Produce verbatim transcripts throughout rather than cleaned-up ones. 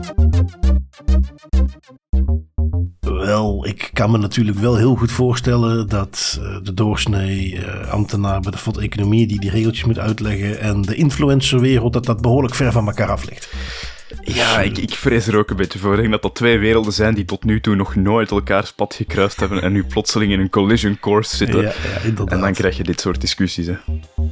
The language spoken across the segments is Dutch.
Wel, ik kan me natuurlijk wel heel goed voorstellen dat uh, de doorsnee uh, ambtenaar bij de F O D Economie die die regeltjes moet uitleggen en de influencerwereld, dat dat behoorlijk ver van elkaar af ligt. Ja, ik, ik vrees er ook een beetje voor. Ik denk dat dat twee werelden zijn die tot nu toe nog nooit elkaars pad gekruist hebben en nu plotseling in een collision course zitten. Ja, ja, inderdaad. En dan krijg je dit soort discussies, hè.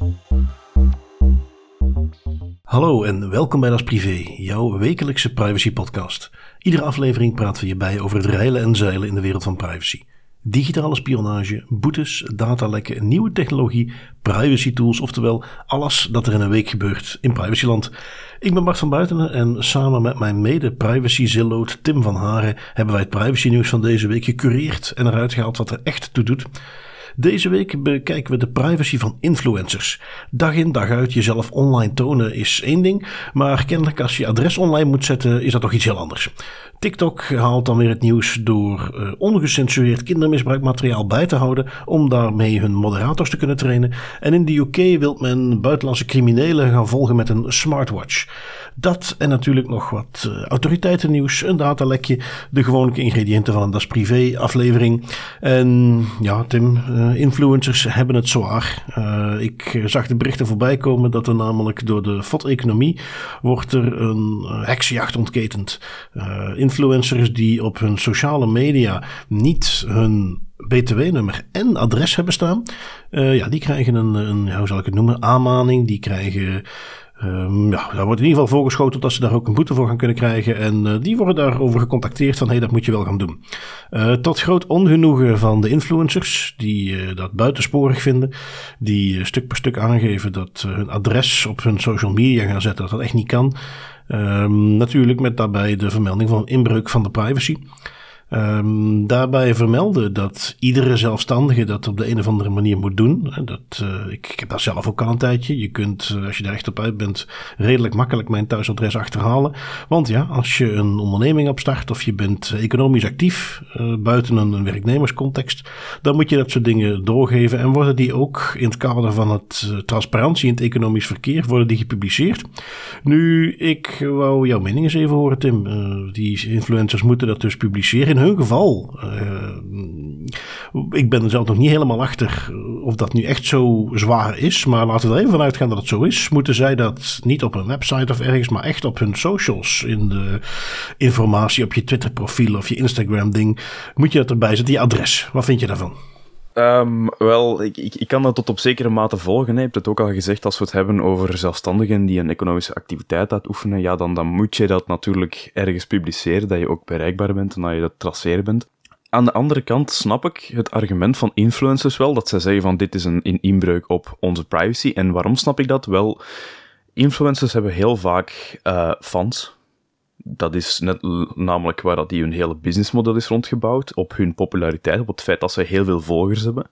Hallo en welkom bij Das Privé, jouw wekelijkse privacy podcast. Iedere aflevering praten we je bij over het reilen en zeilen in de wereld van privacy. Digitale spionage, boetes, datalekken, nieuwe technologie, privacy tools, oftewel alles dat er in een week gebeurt in privacyland. Ik ben Bart van Buitenen en samen met mijn mede-privacy-zilloot Tim van Haren hebben wij het privacy nieuws van deze week gecureerd en eruit gehaald wat er echt toe doet. Deze week bekijken we de privacy van influencers. Dag in dag uit jezelf online tonen is één ding, maar kennelijk als je adres online moet zetten is dat toch iets heel anders. TikTok haalt dan weer het nieuws door uh, ongecensureerd kindermisbruikmateriaal bij te houden om daarmee hun moderators te kunnen trainen. En in de U K wil men buitenlandse criminelen gaan volgen met een smartwatch. Dat en natuurlijk nog wat uh, autoriteitennieuws, een datalekje, de gewone ingrediënten van een Das Privé aflevering. En ja, Tim, uh, influencers hebben het zwaar. Uh, ik zag de berichten voorbij komen dat er namelijk door de F O D Economie wordt er een uh, heksenjacht ontketend. Uh, influencers die op hun sociale media niet hun B T W-nummer en adres hebben staan, uh, ja, die krijgen een, een, hoe zal ik het noemen, aanmaning. Die krijgen... Um, ja, daar wordt in ieder geval voorgeschoten dat ze daar ook een boete voor gaan kunnen krijgen. En uh, die worden daarover gecontacteerd van, hé, hey, dat moet je wel gaan doen. Uh, tot groot ongenoegen van de influencers, die uh, dat buitensporig vinden. Die uh, stuk per stuk aangeven dat uh, hun adres op hun social media gaan zetten, dat dat echt niet kan. Um, natuurlijk met daarbij de vermelding van een inbreuk van de privacy. Um, daarbij vermelden dat iedere zelfstandige dat op de een of andere manier moet doen. Dat, uh, ik, ik heb dat zelf ook al een tijdje. Je kunt, uh, als je daar echt op uit bent, redelijk makkelijk mijn thuisadres achterhalen. Want ja, als je een onderneming opstart of je bent economisch actief uh, buiten een, een werknemerscontext, dan moet je dat soort dingen doorgeven. En worden die ook in het kader van het uh, transparantie in het economisch verkeer, worden die gepubliceerd. Nu, ik wou jouw mening eens even horen, Tim. Uh, die influencers moeten dat dus publiceren. In hun geval, uh, ik ben er zelf nog niet helemaal achter of dat nu echt zo zwaar is, maar laten we er even vanuit gaan dat het zo is. Moeten zij dat niet op een website of ergens, maar echt op hun socials, in de informatie op je Twitter profiel of je Instagram ding, moet je dat erbij zetten, je adres. Wat vind je daarvan? Um, wel, ik, ik, ik kan dat tot op zekere mate volgen. Hè. Ik heb het ook al gezegd, als we het hebben over zelfstandigen die een economische activiteit uitoefenen, ja, dan, dan moet je dat natuurlijk ergens publiceren, dat je ook bereikbaar bent en dat je dat traceren bent. Aan de andere kant snap ik het argument van influencers wel, dat zij zeggen van dit is een, een inbreuk op onze privacy. En waarom snap ik dat? Wel, influencers hebben heel vaak uh, fans. Dat is net namelijk waar dat die hun hele businessmodel is rondgebouwd, op hun populariteit, op het feit dat ze heel veel volgers hebben.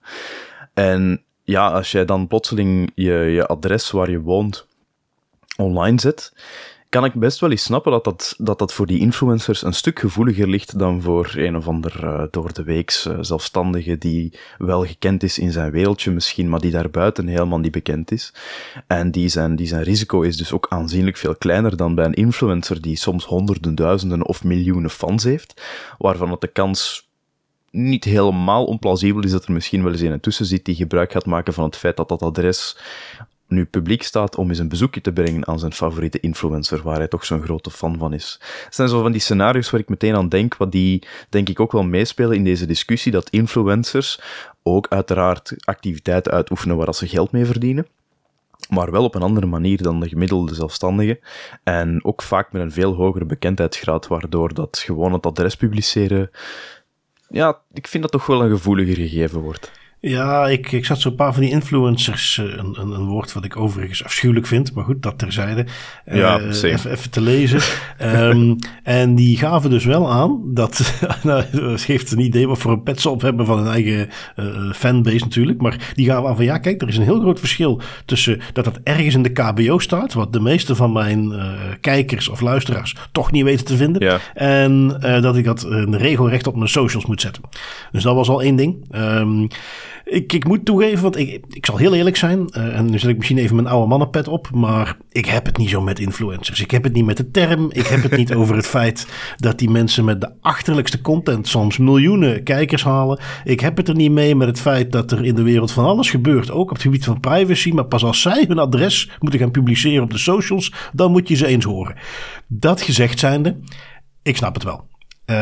En ja, als jij dan plotseling je, je adres waar je woont online zet, kan ik best wel eens snappen dat dat, dat dat voor die influencers een stuk gevoeliger ligt dan voor een of ander uh, door de weeks uh, zelfstandige die wel gekend is in zijn wereldje misschien, maar die daarbuiten helemaal niet bekend is. En die zijn, die zijn risico is dus ook aanzienlijk veel kleiner dan bij een influencer die soms honderden, duizenden of miljoenen fans heeft, waarvan het de kans niet helemaal onplausibel is dat er misschien wel eens een tussen zit die gebruik gaat maken van het feit dat dat adres nu publiek staat om eens een bezoekje te brengen aan zijn favoriete influencer, waar hij toch zo'n grote fan van is. Het zijn zo van die scenario's waar ik meteen aan denk, wat die, denk ik, ook wel meespelen in deze discussie, dat influencers ook uiteraard activiteiten uitoefenen waar ze geld mee verdienen, maar wel op een andere manier dan de gemiddelde zelfstandige. En ook vaak met een veel hogere bekendheidsgraad, waardoor dat gewoon het adres publiceren, ja, ik vind dat toch wel een gevoeliger gegeven wordt. Ja, ik, ik zat zo'n paar van die influencers, een, een, een woord wat ik overigens afschuwelijk vind, maar goed, dat terzijde, ja, uh, even, even te lezen. um, en die gaven dus wel aan dat, nou, dat geeft een idee wat voor een pet ze op hebben van hun eigen uh, fanbase natuurlijk, maar die gaven aan van ja, kijk, er is een heel groot verschil tussen dat het ergens in de K B O staat, wat de meeste van mijn uh, kijkers of luisteraars toch niet weten te vinden, ja. en uh, dat ik dat uh, regelrecht op mijn socials moet zetten. Dus dat was al één ding. Um, Ik, ik moet toegeven, want ik, ik zal heel eerlijk zijn. Uh, en nu zet ik misschien even mijn oude mannenpet op. Maar ik heb het niet zo met influencers. Ik heb het niet met de term. Ik heb het niet over het feit dat die mensen met de achterlijkste content soms miljoenen kijkers halen. Ik heb het er niet mee met het feit dat er in de wereld van alles gebeurt. Ook op het gebied van privacy. Maar pas als zij hun adres moeten gaan publiceren op de socials, dan moet je ze eens horen. Dat gezegd zijnde, ik snap het wel.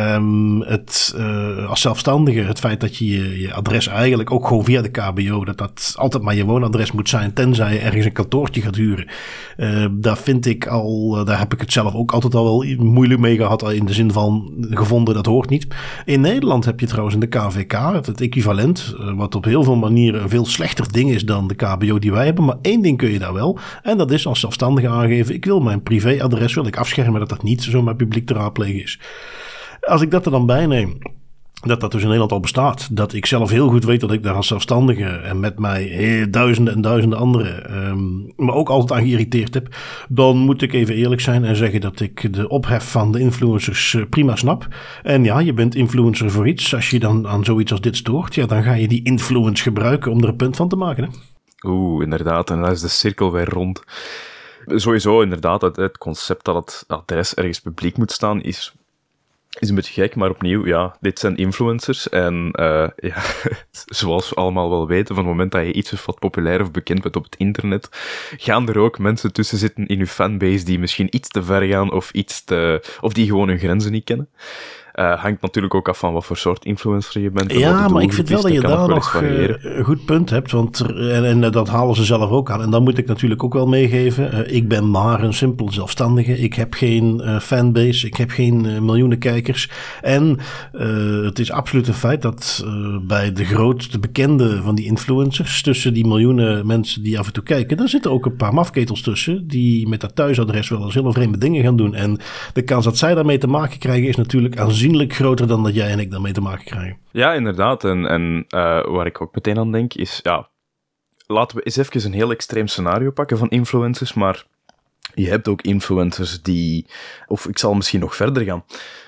Um, het, uh, als zelfstandige, het feit dat je, je je adres eigenlijk ook gewoon via de K B O, dat dat altijd maar je woonadres moet zijn, tenzij je ergens een kantoortje gaat huren. Uh, daar vind ik al, uh, daar heb ik het zelf ook altijd al wel moeilijk mee gehad, in de zin van gevonden, dat hoort niet. In Nederland heb je trouwens in de K V K het, het equivalent, uh, wat op heel veel manieren een veel slechter ding is dan de K B O die wij hebben, maar één ding kun je daar wel, en dat is als zelfstandige aangeven, ik wil mijn privéadres, wil ik afschermen dat dat niet zomaar publiek te raadplegen is. Als ik dat er dan bij neem, dat dat dus in Nederland al bestaat, dat ik zelf heel goed weet dat ik daar als zelfstandige en met mij heel duizenden en duizenden anderen um, me ook altijd aan geïrriteerd heb, dan moet ik even eerlijk zijn en zeggen dat ik de ophef van de influencers uh, prima snap. En ja, je bent influencer voor iets. Als je dan aan zoiets als dit stoort, ja, dan ga je die influence gebruiken om er een punt van te maken. Hè? Oeh, inderdaad. En dan is de cirkel weer rond. Sowieso, inderdaad, het, het concept dat het adres ergens publiek moet staan is... is een beetje gek, maar opnieuw, ja, dit zijn influencers. En uh, ja, zoals we allemaal wel weten, van het moment dat je iets of wat populair of bekend bent op het internet, gaan er ook mensen tussen zitten in je fanbase die misschien iets te ver gaan of, iets te, of die gewoon hun grenzen niet kennen. Uh, hangt natuurlijk ook af van wat voor soort influencer je bent. Ja, maar ik vind wel dat je daar nog uh, een goed punt hebt. Want, en, en dat halen ze zelf ook aan. En dan moet ik natuurlijk ook wel meegeven. Uh, ik ben maar een simpel zelfstandige. Ik heb geen uh, fanbase. Ik heb geen uh, miljoenen kijkers. En uh, het is absoluut een feit dat uh, bij de grootste bekende van die influencers, tussen die miljoenen mensen die af en toe kijken, daar zitten ook een paar mafketels tussen die met dat thuisadres wel eens heel vreemde dingen gaan doen. En de kans dat zij daarmee te maken krijgen is natuurlijk aanzienlijk groter dan dat jij en ik daarmee te maken krijgen. Ja, inderdaad. En, en uh, waar ik ook meteen aan denk is, ja, laten we eens even een heel extreem scenario pakken van influencers, maar je hebt ook influencers die, of ik zal misschien nog verder gaan.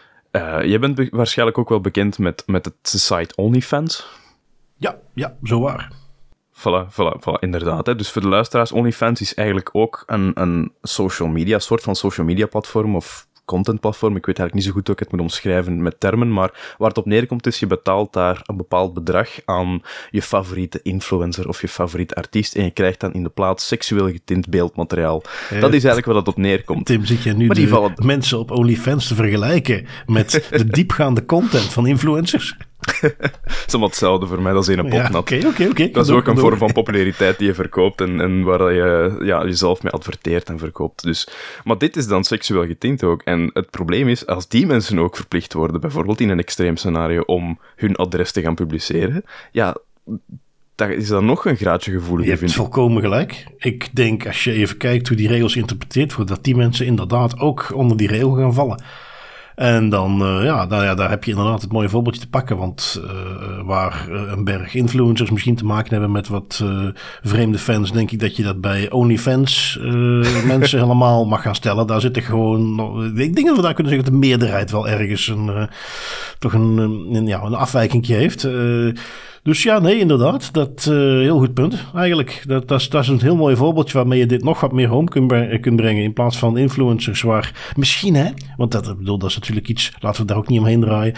Uh, je bent be- waarschijnlijk ook wel bekend met, met het site OnlyFans. Ja, ja, zo waar. Voilà, voilà, voilà, inderdaad. Hè. Dus voor de luisteraars, OnlyFans is eigenlijk ook een, een social media, soort van social media platform of contentplatform. Ik weet eigenlijk niet zo goed hoe ik het moet omschrijven met termen, maar waar het op neerkomt is, je betaalt daar een bepaald bedrag aan je favoriete influencer of je favoriete artiest en je krijgt dan in de plaats seksueel getint beeldmateriaal. Ja, dat is eigenlijk waar dat op neerkomt. Tim, zit je nu de vallen... mensen op OnlyFans te vergelijken met de diepgaande content van influencers? Dat is allemaal hetzelfde voor mij, dat is een potnat. Ja, oké, oké, oké. Dat is ook een vorm van populariteit die je verkoopt en, en waar je ja, jezelf mee adverteert en verkoopt. Dus, maar dit is dan seksueel getint ook. En het probleem is, als die mensen ook verplicht worden, bijvoorbeeld in een extreem scenario, om hun adres te gaan publiceren, ja, dat is dan nog een graadje gevoeliger. Je hebt volkomen gelijk. Ik denk, als je even kijkt hoe die regels geïnterpreteerd worden, dat die mensen inderdaad ook onder die regel gaan vallen. En dan, uh, ja, nou ja, daar heb je inderdaad het mooie voorbeeldje te pakken. Want uh, waar uh, een berg influencers misschien te maken hebben met wat uh, vreemde fans, denk ik dat je dat bij OnlyFans uh, mensen helemaal mag gaan stellen. Daar zit er gewoon, ik denk dat we daar kunnen zeggen dat de meerderheid wel ergens een, uh, toch een, een, ja, een afwijkingje heeft. Uh, Dus ja, nee, inderdaad. Dat uh, heel goed punt, eigenlijk. Dat, dat, is, dat is een heel mooi voorbeeldje waarmee je dit nog wat meer home kunt, bre- kunt brengen. In plaats van influencers waar misschien, hè, want dat, bedoel, dat is natuurlijk iets, laten we daar ook niet omheen draaien.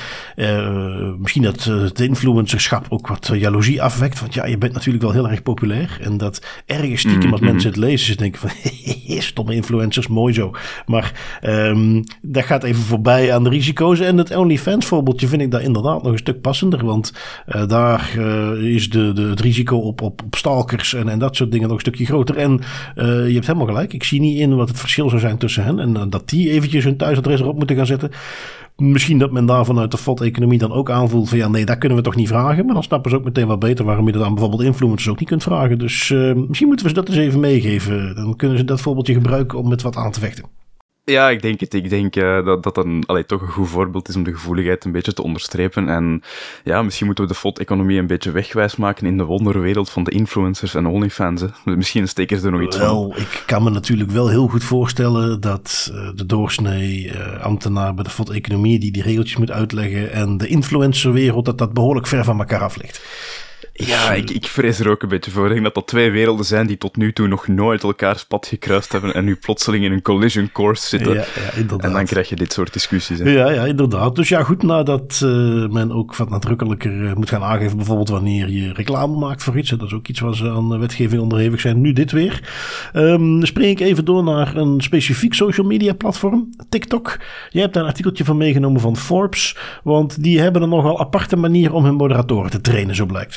Uh, misschien dat uh, het influencerschap ook wat uh, jaloezie afwekt. Want ja, je bent natuurlijk wel heel erg populair. En dat ergens stiekem mm-hmm. als mensen het lezen, ze denken van, stomme influencers, mooi zo. Maar um, dat gaat even voorbij aan de risico's. En het OnlyFans voorbeeldje vind ik daar inderdaad nog een stuk passender. Want uh, daar Uh, is de, de, het risico op, op, op stalkers en, en dat soort dingen nog een stukje groter. En uh, je hebt helemaal gelijk. Ik zie niet in wat het verschil zou zijn tussen hen. En uh, dat die eventjes hun thuisadres erop moeten gaan zetten. Misschien dat men daar vanuit de F O D-economie dan ook aanvoelt van ja, nee, dat kunnen we toch niet vragen. Maar dan snappen ze ook meteen wat beter waarom je dat aan bijvoorbeeld influencers ook niet kunt vragen. Dus uh, misschien moeten we ze dat eens even meegeven. Dan kunnen ze dat voorbeeldje gebruiken om met wat aan te vechten. Ja, ik denk het. Ik denk uh, dat dat een, allee, toch een goed voorbeeld is om de gevoeligheid een beetje te onderstrepen. En ja, misschien moeten we de F O D-economie een beetje wegwijs maken in de wonderwereld van de influencers en OnlyFans. Hè. Misschien steken ze er nog iets wel, van. Ik kan me natuurlijk wel heel goed voorstellen dat uh, de doorsnee uh, ambtenaar bij de F O D-economie die die regeltjes moet uitleggen en de influencerwereld, dat dat behoorlijk ver van elkaar af ligt. Dus, ja, ik, ik vrees er ook een beetje voor. Ik denk dat dat twee werelden zijn die tot nu toe nog nooit elkaars pad gekruist hebben en nu plotseling in een collision course zitten. Ja, ja, inderdaad. En dan krijg je dit soort discussies. Hè. Ja, ja, inderdaad. Dus ja, goed, nadat uh, men ook wat nadrukkelijker uh, moet gaan aangeven, bijvoorbeeld wanneer je reclame maakt voor iets. Hè, dat is ook iets waar ze aan wetgeving onderhevig zijn. Nu dit weer. Um, dan spring ik even door naar een specifiek social media platform, TikTok. Jij hebt daar een artikeltje van meegenomen van Forbes, want die hebben een nogal aparte manier om hun moderatoren te trainen, zo blijkt.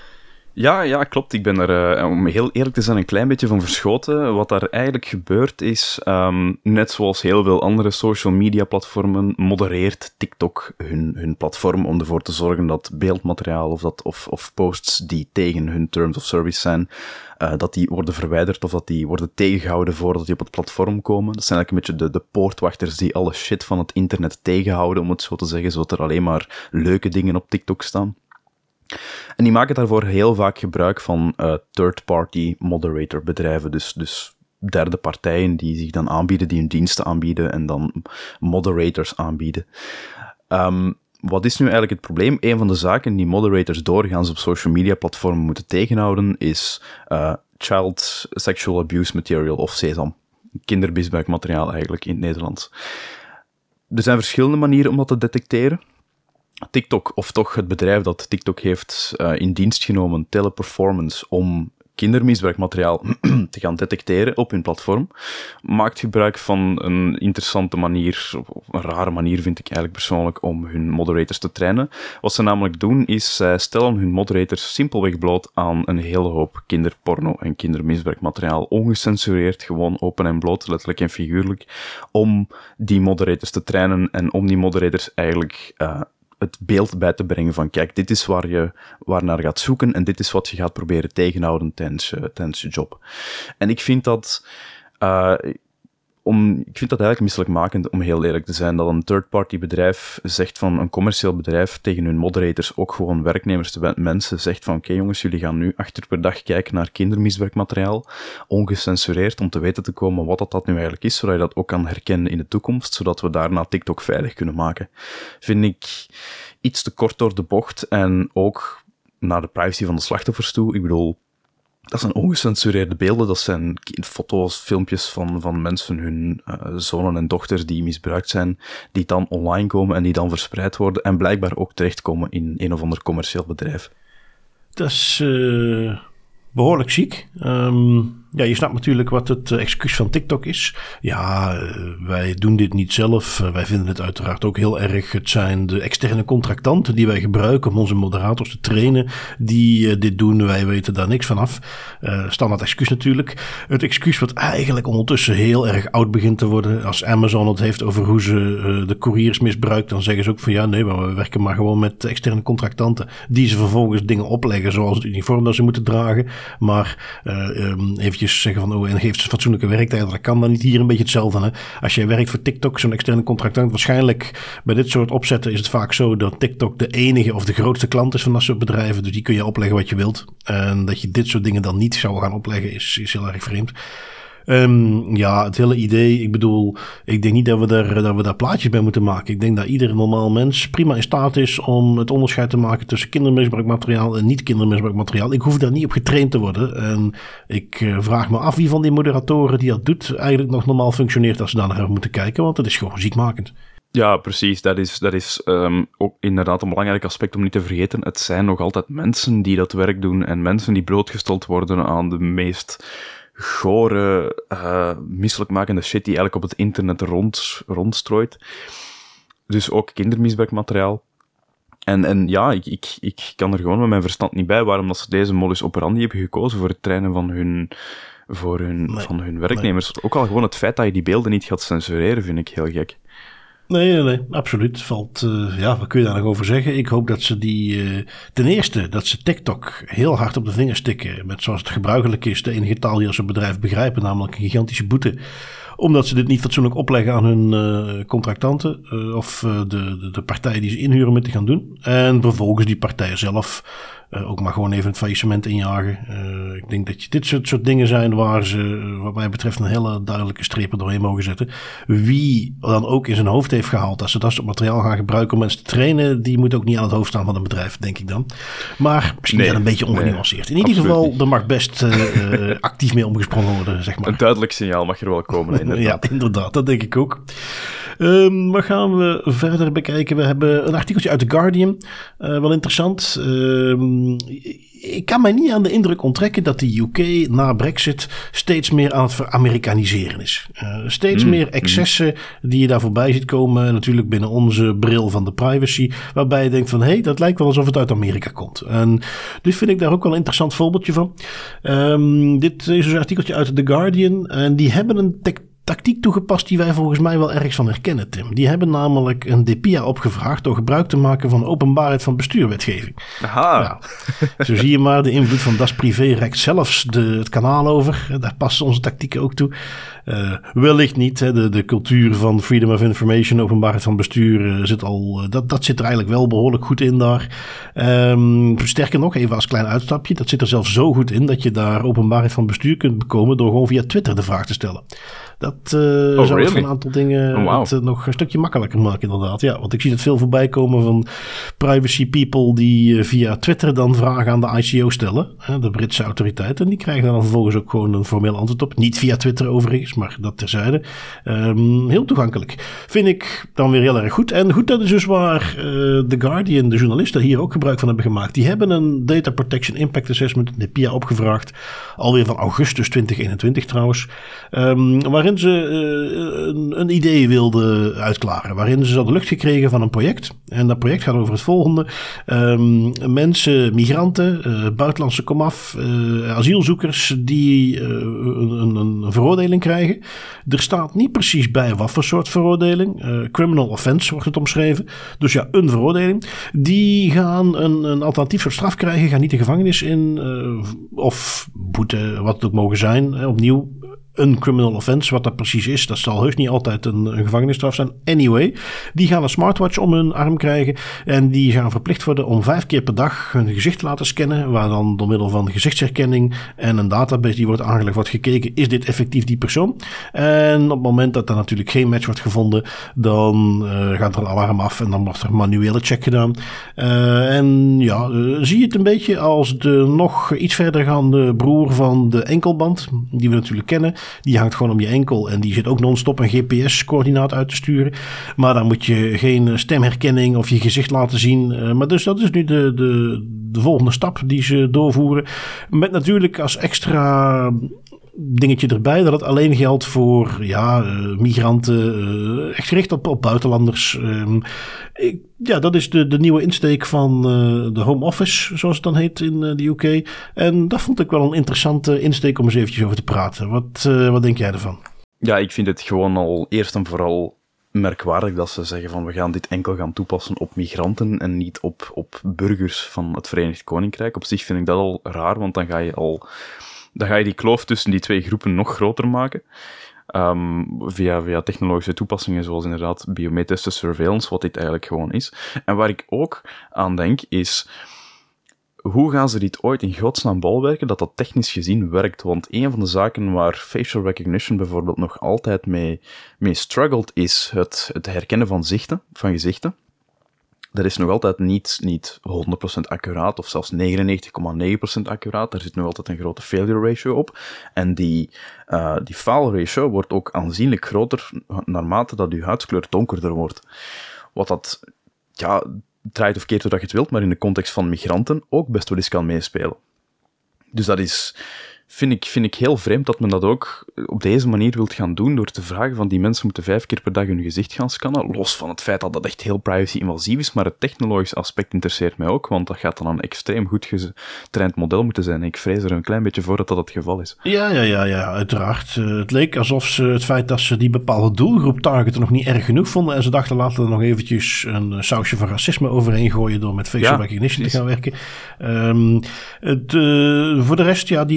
Ja, ja, klopt. Ik ben er, uh, om heel eerlijk te zijn, een klein beetje van verschoten. Wat daar eigenlijk gebeurt is, um, net zoals heel veel andere social media platformen, modereert TikTok hun, hun platform om ervoor te zorgen dat beeldmateriaal of, dat, of, of posts die tegen hun terms of service zijn, uh, dat die worden verwijderd of dat die worden tegengehouden voordat die op het platform komen. Dat zijn eigenlijk een beetje de, de poortwachters die alle shit van het internet tegenhouden, om het zo te zeggen, zodat er alleen maar leuke dingen op TikTok staan. En die maken daarvoor heel vaak gebruik van uh, third-party moderator bedrijven, dus, dus derde partijen die zich dan aanbieden, die hun diensten aanbieden en dan moderators aanbieden. Um, wat is nu eigenlijk het probleem? Een van de zaken die moderators doorgaans op social media platformen moeten tegenhouden is uh, child sexual abuse material of SESAM. Kindermisbruikmateriaal eigenlijk in het Nederlands. Er zijn verschillende manieren om dat te detecteren. TikTok, of toch het bedrijf dat TikTok heeft uh, in dienst genomen, Teleperformance, om kindermisbruikmateriaal te gaan detecteren op hun platform, maakt gebruik van een interessante manier, of een rare manier vind ik eigenlijk persoonlijk, om hun moderators te trainen. Wat ze namelijk doen, is zij stellen hun moderators simpelweg bloot aan een hele hoop kinderporno en kindermisbruikmateriaal, ongecensureerd, gewoon open en bloot, letterlijk en figuurlijk, om die moderators te trainen en om die moderators eigenlijk uh, het beeld bij te brengen van, kijk, dit is waar je waar naar gaat zoeken en dit is wat je gaat proberen tegenhouden tijdens, uh, tijdens je job. En ik vind dat, uh, om, ik vind dat eigenlijk misselijkmakend, om heel eerlijk te zijn, dat een third-party bedrijf zegt van, een commercieel bedrijf tegen hun moderators, ook gewoon werknemers, mensen, zegt van, oké okay, jongens, jullie gaan nu acht uur per dag kijken naar kindermisbruikmateriaal, ongecensureerd, om te weten te komen wat dat, dat nu eigenlijk is, zodat je dat ook kan herkennen in de toekomst, zodat we daarna TikTok veilig kunnen maken. Vind ik iets te kort door de bocht en ook naar de privacy van de slachtoffers toe. Ik bedoel, dat zijn ongecensureerde beelden, dat zijn foto's, filmpjes van, van mensen, hun uh, zonen en dochters die misbruikt zijn, die dan online komen en die dan verspreid worden en blijkbaar ook terechtkomen in een of ander commercieel bedrijf. Dat is uh, behoorlijk ziek. Um, ja, je snapt natuurlijk wat het uh, excuus van TikTok is. Ja, uh, wij doen dit niet zelf. Uh, wij vinden het uiteraard ook heel erg. Het zijn de externe contractanten die wij gebruiken om onze moderators te trainen, die uh, dit doen. Wij weten daar niks van af. Uh, standaard excuus natuurlijk. Het excuus wat eigenlijk ondertussen heel erg oud begint te worden. Als Amazon het heeft over hoe ze uh, de couriers misbruikt, dan zeggen ze ook van ja, nee, maar we werken maar gewoon met externe contractanten die ze vervolgens dingen opleggen zoals het uniform dat ze moeten dragen. Maar uh, um, eventjes zeggen van oh, en geeft ze fatsoenlijke werktijden. Dat kan dan niet. Hier een beetje hetzelfde. Hè? Als jij werkt voor TikTok, zo'n externe contractant, waarschijnlijk bij dit soort opzetten is het vaak zo dat TikTok de enige of de grootste klant is van dat soort bedrijven. Dus die kun je opleggen wat je wilt. En dat je dit soort dingen dan niet zou gaan opleggen is, is heel erg vreemd. Um, ja, het hele idee, ik bedoel, ik denk niet dat we, daar, dat we daar plaatjes bij moeten maken. Ik denk dat ieder normaal mens prima in staat is om het onderscheid te maken tussen kindermisbruikmateriaal en niet kindermisbruikmateriaal. Ik hoef daar niet op getraind te worden. En ik uh, vraag me af wie van die moderatoren die dat doet eigenlijk nog normaal functioneert als ze daar naar moeten kijken, want dat is gewoon ziekmakend. Ja, precies. Dat is, dat is um, ook inderdaad een belangrijk aspect om niet te vergeten. Het zijn nog altijd mensen die dat werk doen en mensen die blootgesteld worden aan de meest gore, uh, misselijkmakende shit die eigenlijk op het internet rond, rondstrooit. Dus ook kindermisbruikmateriaal. En, en ja, ik, ik, ik kan er gewoon met mijn verstand niet bij waarom dat ze deze modus operandi hebben gekozen voor het trainen van hun, voor hun, nee, van hun werknemers. Nee. Ook al gewoon het feit dat je die beelden niet gaat censureren, vind ik heel gek. Nee, nee, nee, absoluut. Valt, uh, ja, wat kun je daar nog over zeggen? Ik hoop dat ze die, uh, ten eerste, dat ze TikTok heel hard op de vingers stikken. Met zoals het gebruikelijk is, de enige taal die als een bedrijf begrijpen, namelijk een gigantische boete. Omdat ze dit niet fatsoenlijk opleggen aan hun uh, contractanten uh, of uh, de, de, de partijen die ze inhuren met te gaan doen. En vervolgens die partijen zelf uh, ook maar gewoon even het faillissement injagen. Uh, ik denk dat je dit soort, soort dingen zijn waar ze uh, wat mij betreft een hele duidelijke streep er doorheen mogen zetten. Wie dan ook in zijn hoofd heeft gehaald dat ze dat soort materiaal gaan gebruiken om mensen te trainen, die moet ook niet aan het hoofd staan van een bedrijf, denk ik dan. Maar misschien nee, een beetje ongenuanceerd. Nee, in ieder geval, niet. Er mag best uh, uh, actief mee omgesprongen worden, zeg maar. Een duidelijk signaal mag er wel komen, inderdaad. Ja, inderdaad, dat denk ik ook. Um, wat gaan we verder bekijken? We hebben een artikeltje uit The Guardian. Uh, wel interessant. Um, ik kan mij niet aan de indruk onttrekken dat de U K na Brexit steeds meer aan het veramerikaniseren is. Uh, steeds mm, meer excessen mm. die je daar voorbij ziet komen. Natuurlijk binnen onze bril van de privacy. Waarbij je denkt van, hé, hey, dat lijkt wel alsof het uit Amerika komt. En dit vind ik daar ook wel een interessant voorbeeldje van. Um, dit is dus een artikeltje uit The Guardian. En die hebben een tech tactiek toegepast die wij volgens mij wel ergens van herkennen, Tim. Die hebben namelijk een D P I A opgevraagd door gebruik te maken van openbaarheid van bestuurwetgeving. Aha. Ja. Zo zie je maar, de invloed van Das Privé reikt zelfs de, het kanaal over. Daar passen onze tactieken ook toe. Uh, wellicht niet. Hè. De, de cultuur van freedom of information, openbaarheid van bestuur, uh, zit al, uh, dat, dat zit er eigenlijk wel behoorlijk goed in daar. Um, sterker nog, even als klein uitstapje, dat zit er zelfs zo goed in dat je daar openbaarheid van bestuur kunt bekomen door gewoon via Twitter de vraag te stellen. Dat uh, oh, zou really? voor een aantal dingen oh, wow. het uh, nog een stukje makkelijker maken, inderdaad. Ja, want ik zie het veel voorbij komen van privacy people die uh, via Twitter dan vragen aan de I C O stellen, hè, de Britse autoriteit. En die krijgen dan vervolgens ook gewoon een formeel antwoord op. Niet via Twitter overigens, maar dat terzijde. Um, heel toegankelijk. Vind ik dan weer heel erg goed. En goed, dat is dus waar uh, The Guardian, de journalisten, hier ook gebruik van hebben gemaakt. Die hebben een Data Protection Impact Assessment, de D P I A, opgevraagd. Alweer van augustus twintig eenentwintig trouwens. Um, waarin ze uh, een, een idee wilden uitklaren. Waarin ze hadden lucht gekregen van een project. En dat project gaat over het volgende. Um, mensen, migranten, uh, buitenlandse komaf, uh, asielzoekers die uh, een, een, een veroordeling krijgen. Er staat niet precies bij wat voor soort veroordeling. Uh, criminal offense wordt het omschreven. Dus ja, een veroordeling. Die gaan een, een alternatief soort straf krijgen. Gaan niet de gevangenis in. Uh, of boete, wat het ook mogen zijn. Uh, opnieuw. Een criminal offense, wat dat precies is, dat zal heus niet altijd een, een gevangenisstraf zijn. Anyway, die gaan een smartwatch om hun arm krijgen en die gaan verplicht worden om vijf keer per dag hun gezicht te laten scannen, waar dan door middel van gezichtsherkenning en een database die wordt aangelegd, wordt gekeken, is dit effectief die persoon? En op het moment dat er natuurlijk geen match wordt gevonden, dan uh, gaat er een alarm af en dan wordt er een manuele check gedaan. Uh, en ja, uh, zie je het een beetje als de nog iets verdergaande broer van de enkelband, die we natuurlijk kennen. Die hangt gewoon om je enkel en die zit ook non-stop een G P S-coördinaat uit te sturen. Maar dan moet je geen stemherkenning of je gezicht laten zien. Uh, maar dus dat is nu de, de, de volgende stap die ze doorvoeren. Met natuurlijk als extra dingetje erbij dat het alleen geldt voor ja, uh, migranten, uh, echt gericht op, op buitenlanders. Um, ik, ja, dat is de, de nieuwe insteek van uh, de Home Office, zoals het dan heet in uh, de U K. En dat vond ik wel een interessante insteek om eens eventjes over te praten. Wat, uh, wat denk jij ervan? Ja, ik vind het gewoon al eerst en vooral merkwaardig dat ze zeggen van we gaan dit enkel gaan toepassen op migranten en niet op, op burgers van het Verenigd Koninkrijk. Op zich vind ik dat al raar, want dan ga je al... Dan ga je die kloof tussen die twee groepen nog groter maken. Um, via, via technologische toepassingen zoals inderdaad biometrische surveillance, wat dit eigenlijk gewoon is. En waar ik ook aan denk is, hoe gaan ze dit ooit in godsnaam bolwerken dat dat technisch gezien werkt? Want een van de zaken waar facial recognition bijvoorbeeld nog altijd mee, mee struggelt, is het, het herkennen van zichten, van gezichten. Dat is nog altijd niet, niet honderd procent accuraat, of zelfs negenennegentig komma negen procent accuraat. Daar zit nog altijd een grote failure ratio op. En die, uh, die fail ratio wordt ook aanzienlijk groter naarmate dat uw huidskleur donkerder wordt. Wat dat, ja, draait of keert hoe dat je het wilt, maar in de context van migranten ook best wel eens kan meespelen. Dus dat is... Vind ik, vind ik heel vreemd dat men dat ook op deze manier wilt gaan doen, door te vragen van die mensen moeten vijf keer per dag hun gezicht gaan scannen, los van het feit dat dat echt heel privacy-invasief is, maar het technologische aspect interesseert mij ook, want dat gaat dan een extreem goed getraind model moeten zijn. Ik vrees er een klein beetje voor dat dat het geval is. Ja, ja, ja, ja, uiteraard. Uh, het leek alsof ze het feit dat ze die bepaalde doelgroep targeten nog niet erg genoeg vonden en ze dachten laten we er nog eventjes een sausje van racisme overheen gooien door met facial ja, recognition precies. te gaan werken. Um, het, uh, voor de rest, ja, die, die technologie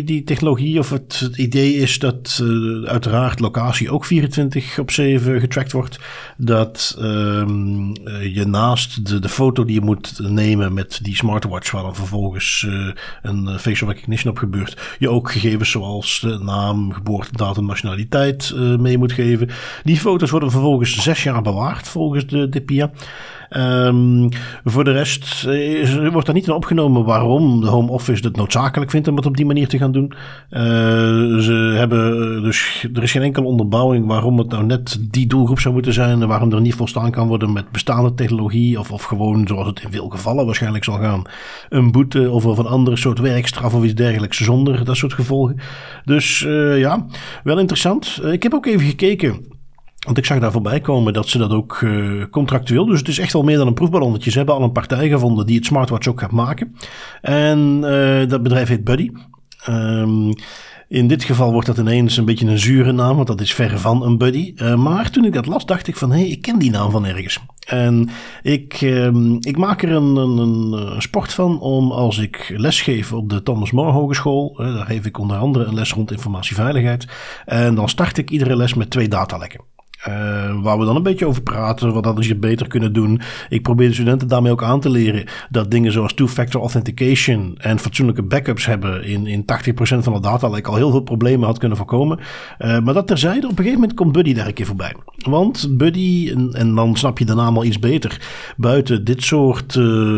technologie of het, het idee is dat uh, uiteraard locatie ook vierentwintig op zeven getrackt wordt. Dat um, uh, je naast de, de foto die je moet nemen met die smartwatch, waar dan vervolgens uh, een facial recognition op gebeurt, je ook gegevens zoals uh, naam, geboortedatum, nationaliteit uh, mee moet geven. Die foto's worden vervolgens zes jaar bewaard volgens de D P I A. Um, voor de rest uh, wordt er niet in opgenomen waarom de Home Office het noodzakelijk vindt om het op die manier te gaan doen. Uh, ze hebben dus, er is geen enkele onderbouwing waarom het nou net die doelgroep zou moeten zijn en waarom er niet volstaan kan worden met bestaande technologie of, of gewoon, zoals het in veel gevallen waarschijnlijk zal gaan, een boete of, of een andere soort werkstraf of iets dergelijks zonder dat soort gevolgen. Dus uh, ja, wel interessant. Uh, ik heb ook even gekeken. Want ik zag daar voorbij komen dat ze dat ook uh, contractueel, dus het is echt wel meer dan een proefballonnetje. Ze hebben al een partij gevonden die het smartwatch ook gaat maken. En uh, dat bedrijf heet Buddy. Um, in dit geval wordt dat ineens een beetje een zure naam, want dat is verre van een buddy. Uh, maar toen ik dat las, dacht ik van, hé, hey, ik ken die naam van ergens. En ik, um, ik maak er een, een, een sport van om als ik lesgeef op de Thomas More Hogeschool, uh, daar geef ik onder andere een les rond informatieveiligheid. En dan start ik iedere les met twee datalekken. Uh, waar we dan een beetje over praten, wat hadden ze beter kunnen doen. Ik probeer de studenten daarmee ook aan te leren dat dingen zoals two-factor authentication en fatsoenlijke backups hebben in, in tachtig procent van de datalek al heel veel problemen had kunnen voorkomen. Uh, maar dat terzijde, op een gegeven moment komt Buddy daar een keer voorbij. Want Buddy, en, en dan snap je de naam al iets beter, buiten dit soort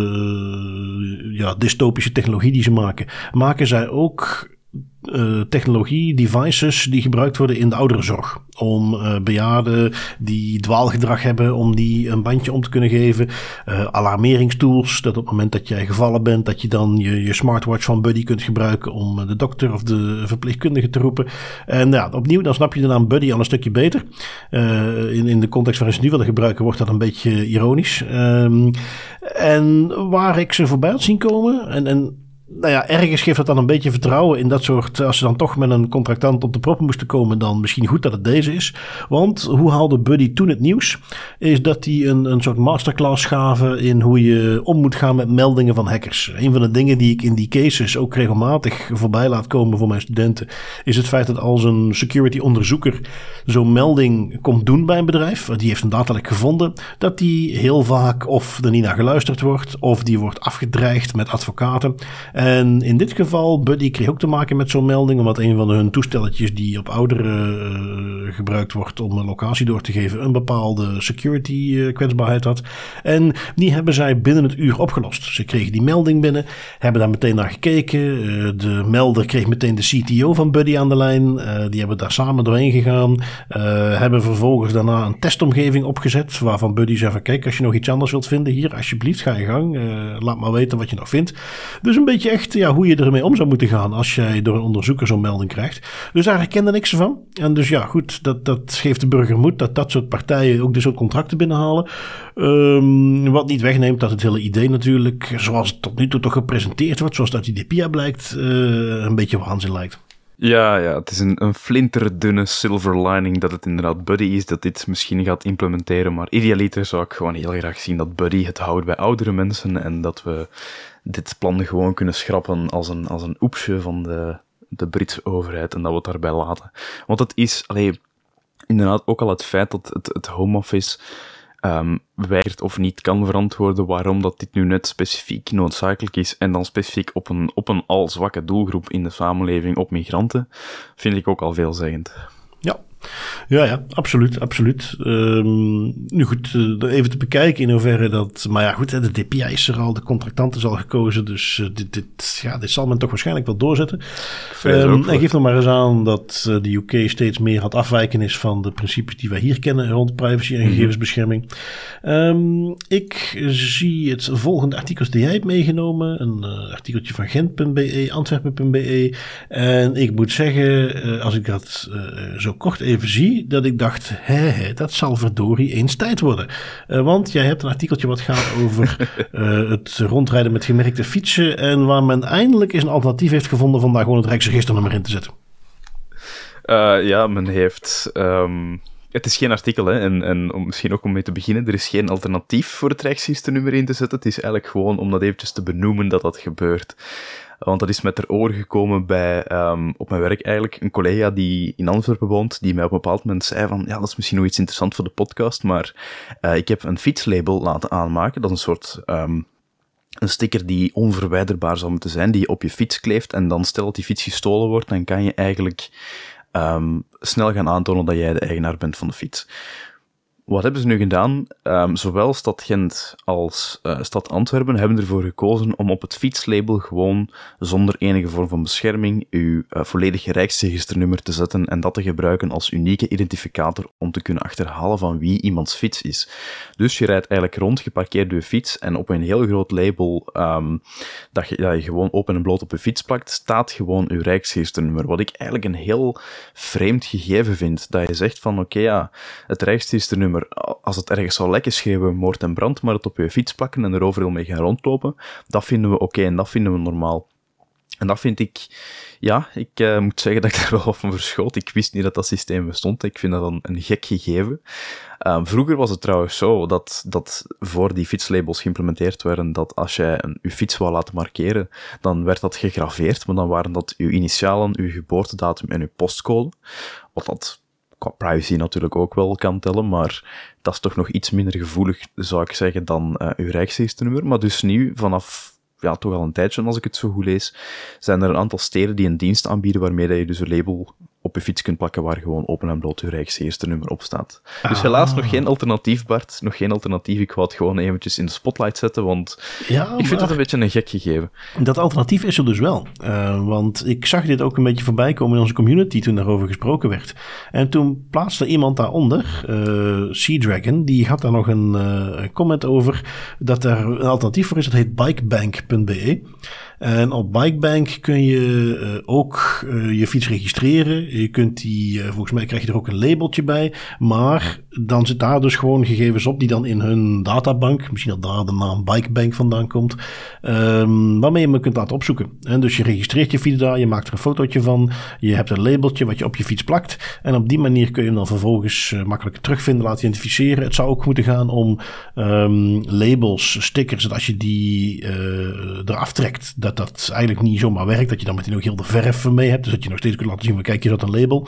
uh, ja, dystopische technologie die ze maken, maken zij ook Uh, technologie, devices die gebruikt worden in de ouderenzorg. Om uh, bejaarden die dwaalgedrag hebben, om die een bandje om te kunnen geven. Uh, alarmeringstools, dat op het moment dat jij gevallen bent, dat je dan je, je smartwatch van Buddy kunt gebruiken om de dokter of de verpleegkundige te roepen. En ja, opnieuw, dan snap je de naam Buddy al een stukje beter. Uh, in, in de context waarin ze het nu willen gebruiken, wordt dat een beetje ironisch. Um, en waar ik ze voorbij had zien komen, en, en nou ja, ergens geeft dat dan een beetje vertrouwen in dat soort, als ze dan toch met een contractant op de proppen moesten komen, dan misschien goed dat het deze is. Want hoe haalde Buddy toen het nieuws? Is dat die een, een soort masterclass gaven in hoe je om moet gaan met meldingen van hackers. Een van de dingen die ik in die cases ook regelmatig voorbij laat komen voor mijn studenten, is het feit dat als een security onderzoeker zo'n melding komt doen bij een bedrijf, die heeft een datalek gevonden, dat die heel vaak of er niet naar geluisterd wordt, of die wordt afgedreigd met advocaten. En in dit geval, Buddy kreeg ook te maken met zo'n melding, omdat een van hun toestelletjes die op ouderen uh, gebruikt wordt om een locatie door te geven, een bepaalde security uh, kwetsbaarheid had. En die hebben zij binnen het uur opgelost. Ze kregen die melding binnen, hebben daar meteen naar gekeken. Uh, de melder kreeg meteen de C T O van Buddy aan de lijn. Uh, die hebben daar samen doorheen gegaan. Uh, hebben vervolgens daarna een testomgeving opgezet, waarvan Buddy zei van, kijk, als je nog iets anders wilt vinden, hier, alsjeblieft, ga je gang. Uh, laat maar weten wat je nog vindt. Dus een beetje echt ja, hoe je ermee om zou moeten gaan als jij door een onderzoeker zo'n melding krijgt. Dus daar herkende niks van. En dus ja, goed, dat, dat geeft de burger moed dat dat soort partijen ook dit soort contracten binnenhalen. Um, wat niet wegneemt dat het hele idee natuurlijk, zoals het tot nu toe toch gepresenteerd wordt, zoals dat die D P I A blijkt, uh, een beetje waanzin lijkt. Ja, ja, het is een, een flinterdunne silver lining dat het inderdaad Buddy is dat dit misschien gaat implementeren, maar idealiter zou ik gewoon heel graag zien dat Buddy het houdt bij oudere mensen en dat we dit plan gewoon kunnen schrappen als een, als een oepsje van de, de Britse overheid en dat we het daarbij laten. Want het is, allee, inderdaad ook al het feit dat het, het Home Office um, weigert of niet kan verantwoorden waarom dat dit nu net specifiek noodzakelijk is en dan specifiek op een, op een al zwakke doelgroep in de samenleving, op migranten, vind ik ook al veelzeggend. Ja. Ja, ja, absoluut, absoluut. Um, nu goed, uh, even te bekijken in hoeverre dat... Maar ja, goed, de D P I A is er al, de contractant is al gekozen, dus uh, dit, dit, ja, dit zal men toch waarschijnlijk wel doorzetten. Um, en geef nog maar eens aan dat uh, de U K steeds meer aan het afwijken is van de principes die wij hier kennen rond privacy en mm-hmm. gegevensbescherming. Um, ik zie het volgende artikel die jij hebt meegenomen, een uh, artikeltje van Gent punt b e, Antwerpen punt b e. En ik moet zeggen, uh, als ik dat uh, zo kort even even zie, dat ik dacht, hé, hé, dat zal verdorie eens tijd worden. Uh, want jij hebt een artikeltje wat gaat over uh, het rondrijden met gemerkte fietsen en waar men eindelijk eens een alternatief heeft gevonden van daar gewoon het Rijksregisternummer in te zetten. Uh, ja, men heeft... Um... Het is geen artikel, hè, en, en om, misschien ook om mee te beginnen, er is geen alternatief voor het rijksregisternummer in te zetten. Het is eigenlijk gewoon om dat eventjes te benoemen dat dat gebeurt. Want dat is met ter oor gekomen bij, um, op mijn werk eigenlijk, een collega die in Antwerpen woont, die mij op een bepaald moment zei van, ja, dat is misschien nog iets interessants voor de podcast, maar uh, ik heb een fietslabel laten aanmaken. Dat is een soort... Um, Een sticker die onverwijderbaar zou moeten zijn, die je op je fiets kleeft, en dan stel dat die fiets gestolen wordt, dan kan je eigenlijk um, snel gaan aantonen dat jij de eigenaar bent van de fiets. Wat hebben ze nu gedaan? Um, zowel Stad Gent als uh, Stad Antwerpen hebben ervoor gekozen om op het fietslabel gewoon zonder enige vorm van bescherming uw uh, volledige rijksregisternummer te zetten en dat te gebruiken als unieke identificator om te kunnen achterhalen van wie iemands fiets is. Dus je rijdt eigenlijk rond, je parkeert je fiets en op een heel groot label um, dat, je, dat je gewoon open en bloot op je fiets plakt, staat gewoon uw rijksregisternummer. Wat ik eigenlijk een heel vreemd gegeven vind. Dat je zegt van oké, okay, ja, het rijksregisternummer, als het ergens zou lekken schreeuwen, moord en brand, maar het op je fiets plakken en er overal mee gaan rondlopen, dat vinden we oké okay, en dat vinden we normaal. En dat vind ik, ja, ik uh, moet zeggen dat ik daar wel van verschoot. Ik wist niet dat dat systeem bestond. Ik vind dat een, een gek gegeven. Uh, vroeger was het trouwens zo dat, dat voor die fietslabels geïmplementeerd werden, dat als jij een, je fiets wou laten markeren, dan werd dat gegraveerd, maar dan waren dat uw initialen, uw geboortedatum en uw postcode. Wat dat qua privacy natuurlijk ook wel kan tellen, maar dat is toch nog iets minder gevoelig, zou ik zeggen, dan uh, uw rijksregisternummer. Maar dus nu, vanaf ja, toch al een tijdje, als ik het zo goed lees, zijn er een aantal steden die een dienst aanbieden waarmee dat je dus een label op je fiets kunt plakken waar gewoon open en bloot je rijksregisternummer op staat. Ah. Dus helaas nog geen alternatief, Bart. Nog geen alternatief. Ik wou het gewoon eventjes in de spotlight zetten, want ja, ik vind dat een beetje een gek gegeven. Dat alternatief is er dus wel. Uh, want ik zag dit ook een beetje voorbij komen in onze community toen daarover gesproken werd. En toen plaatste iemand daaronder, uh, Sea Dragon, die had daar nog een uh, comment over dat er een alternatief voor is. Dat heet bikebank punt b e. En op Bikebank kun je uh, ook uh, je fiets registreren. Je kunt die, uh, volgens mij krijg je er ook een labeltje bij. Maar dan zit daar dus gewoon gegevens op die dan in hun databank, misschien dat daar de naam Bikebank vandaan komt, um, waarmee je me kunt laten opzoeken. En dus je registreert je fiets daar, je maakt er een fotootje van, je hebt een labeltje wat je op je fiets plakt. En op die manier kun je hem dan vervolgens uh, makkelijk terugvinden, laten identificeren. Het zou ook moeten gaan om um, labels, stickers, dat als je die uh, eraf trekt, dat dat eigenlijk niet zomaar werkt, dat je dan meteen ook heel de verf mee hebt, dus dat je nog steeds kunt laten zien, maar kijk, je zat een label.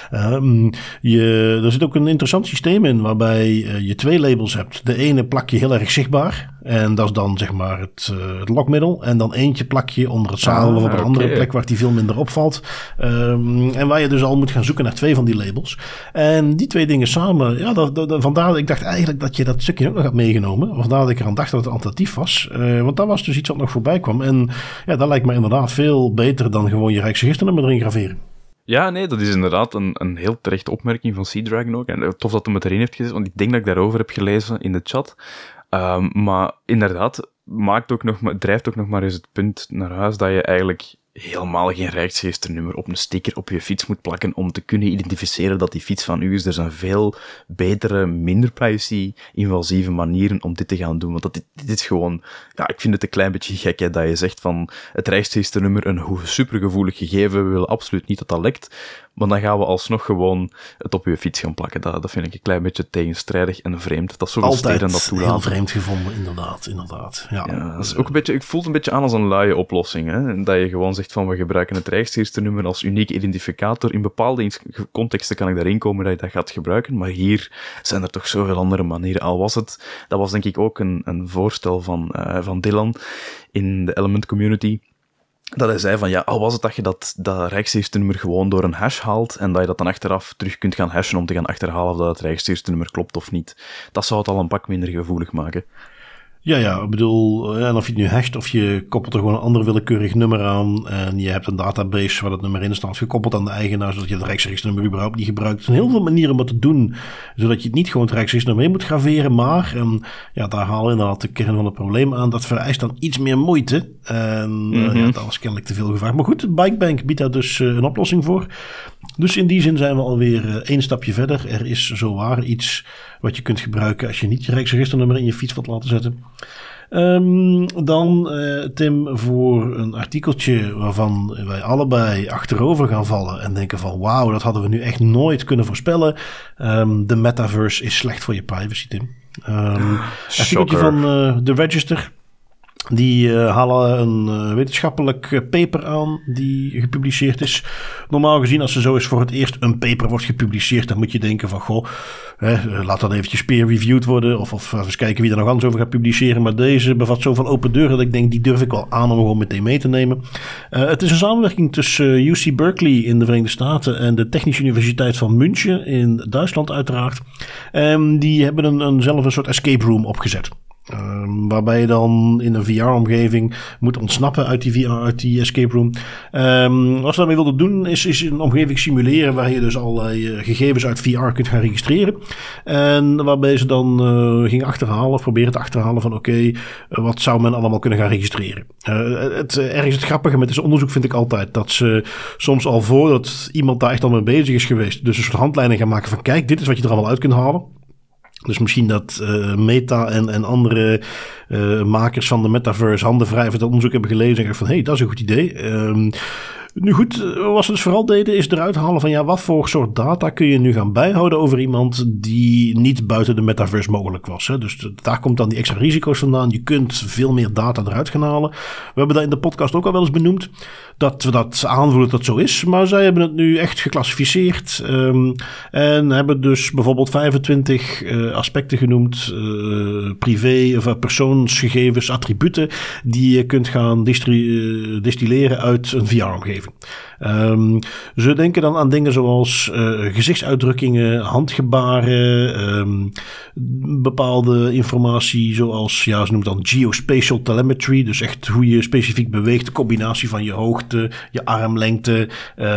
Um, je, er zit ook een interessant systeem in, waarbij uh, je twee labels hebt. De ene plak je heel erg zichtbaar, en dat is dan zeg maar het, uh, het lokmiddel, en dan eentje plak je onder het zadel ah, of op een okay. andere plek waar die veel minder opvalt. Um, en waar je dus al moet gaan zoeken naar twee van die labels. En die twee dingen samen, ja, dat, dat, vandaar, ik dacht eigenlijk dat je dat stukje ook nog had meegenomen, vandaar dat ik eraan dacht dat het een alternatief was, uh, want dat was dus iets wat nog voorbij kwam. En ja, dat lijkt me inderdaad veel beter dan gewoon je rijksregisternummer erin graveren. Ja, nee, dat is inderdaad een, een heel terechte opmerking van Sea Dragon ook. En tof dat hij het erin heeft gezet, want ik denk dat ik daarover heb gelezen in de chat. Um, maar inderdaad, maakt ook nog maar, drijft ook nog maar eens het punt naar huis dat je eigenlijk helemaal geen rijksregisternummer op een sticker op je fiets moet plakken om te kunnen identificeren dat die fiets van u is. Er zijn veel betere, minder privacy-invasieve manieren om dit te gaan doen. Want dat, dit, dit is gewoon... Ja, ik vind het een klein beetje gek, hè, dat je zegt van het rijksregisternummer, een supergevoelig gegeven, we willen absoluut niet dat dat lekt. Maar dan gaan we alsnog gewoon het op je fiets gaan plakken. Dat, dat vind ik een klein beetje tegenstrijdig en vreemd. Dat zoveel steden dat toelaten. Heel vreemd gevonden, inderdaad. inderdaad. Ja, ja, dat is ook een beetje, ik voel het een beetje aan als een luie oplossing. Hè? Dat je gewoon zegt van, we gebruiken het rijksregisternummer als unieke identificator. In bepaalde contexten kan ik daarin komen dat je dat gaat gebruiken. Maar hier zijn er toch zoveel andere manieren. Al was het, dat was denk ik ook een, een voorstel van, uh, van Dylan in de Element community. Dat hij zei van, ja, al was het dat je dat, dat rijksregisternummer gewoon door een hash haalt en dat je dat dan achteraf terug kunt gaan hashen om te gaan achterhalen of dat het rijksregisternummer klopt of niet. Dat zou het al een pak minder gevoelig maken. Ja, ja, ik bedoel, en of je het nu hasht of je koppelt er gewoon een ander willekeurig nummer aan en je hebt een database waar dat nummer in staat gekoppeld aan de eigenaar, zodat je het rijksregisternummer überhaupt niet gebruikt. Er zijn heel veel manieren om dat te doen, zodat je het niet gewoon het rijksregisternummer mee moet graveren, maar, en ja, daar halen we inderdaad de kern van het probleem aan, dat vereist dan iets meer moeite en mm-hmm. uh, ja, dat was kennelijk te veel gevraagd. Maar goed, Bikebank biedt daar dus uh, een oplossing voor. Dus in die zin zijn we alweer uh, één stapje verder. Er is zowaar iets wat je kunt gebruiken als je niet je rijksregisternummer in je fiets wilt laten zetten. Um, dan, uh, Tim, voor een artikeltje waarvan wij allebei achterover gaan vallen en denken van wauw, dat hadden we nu echt nooit kunnen voorspellen. Um, de metaverse is slecht voor je privacy, Tim. Um, artikeltje van uh, The Register. Die uh, halen een uh, wetenschappelijk uh, paper aan die gepubliceerd is. Normaal gezien, als er zo eens voor het eerst een paper wordt gepubliceerd, dan moet je denken van, goh, hè, laat dat eventjes peer-reviewed worden. Of, of eens kijken wie er nog anders over gaat publiceren. Maar deze bevat zoveel open deuren dat ik denk, die durf ik wel aan om gewoon meteen mee te nemen. Uh, het is een samenwerking tussen uh, U C Berkeley in de Verenigde Staten en de Technische Universiteit van München in Duitsland uiteraard. Um, die hebben een, een, zelf een soort escape room opgezet. Um, waarbij je dan in een V R-omgeving moet ontsnappen uit die V R, uit die escape room. Um, wat ze daarmee wilden doen is, is een omgeving simuleren waar je dus allerlei uh, gegevens uit V R kunt gaan registreren. En waarbij ze dan uh, gingen achterhalen of proberen te achterhalen van oké, okay, uh, wat zou men allemaal kunnen gaan registreren. Uh, het, uh, ergens het grappige met dit onderzoek vind ik altijd dat ze soms al voordat iemand daar echt al mee bezig is geweest, dus een soort handleiding gaan maken van kijk, dit is wat je er allemaal uit kunt halen. Dus misschien dat uh, Meta en, en andere uh, makers van de metaverse handen vrij van het onderzoek hebben gelezen en zeggen van hé, hey, dat is een goed idee. Um, nu goed, wat ze dus vooral deden is eruit halen van ja, wat voor soort data kun je nu gaan bijhouden over iemand die niet buiten de metaverse mogelijk was. Hè? Dus daar komt dan die extra risico's vandaan. Je kunt veel meer data eruit gaan halen. We hebben dat in de podcast ook al wel eens benoemd. Dat we dat aanvoelen dat dat zo is. Maar zij hebben het nu echt geclassificeerd. Um, en hebben dus bijvoorbeeld vijfentwintig uh, aspecten genoemd. Uh, privé of uh, persoonsgegevens, attributen. Die je kunt gaan distri- uh, distilleren uit een V R-omgeving. Um, ze denken dan aan dingen zoals uh, gezichtsuitdrukkingen, handgebaren, um, bepaalde informatie zoals, ja, ze noemen het dan geospatial telemetry, dus echt hoe je specifiek beweegt, de combinatie van je hoogte, je armlengte,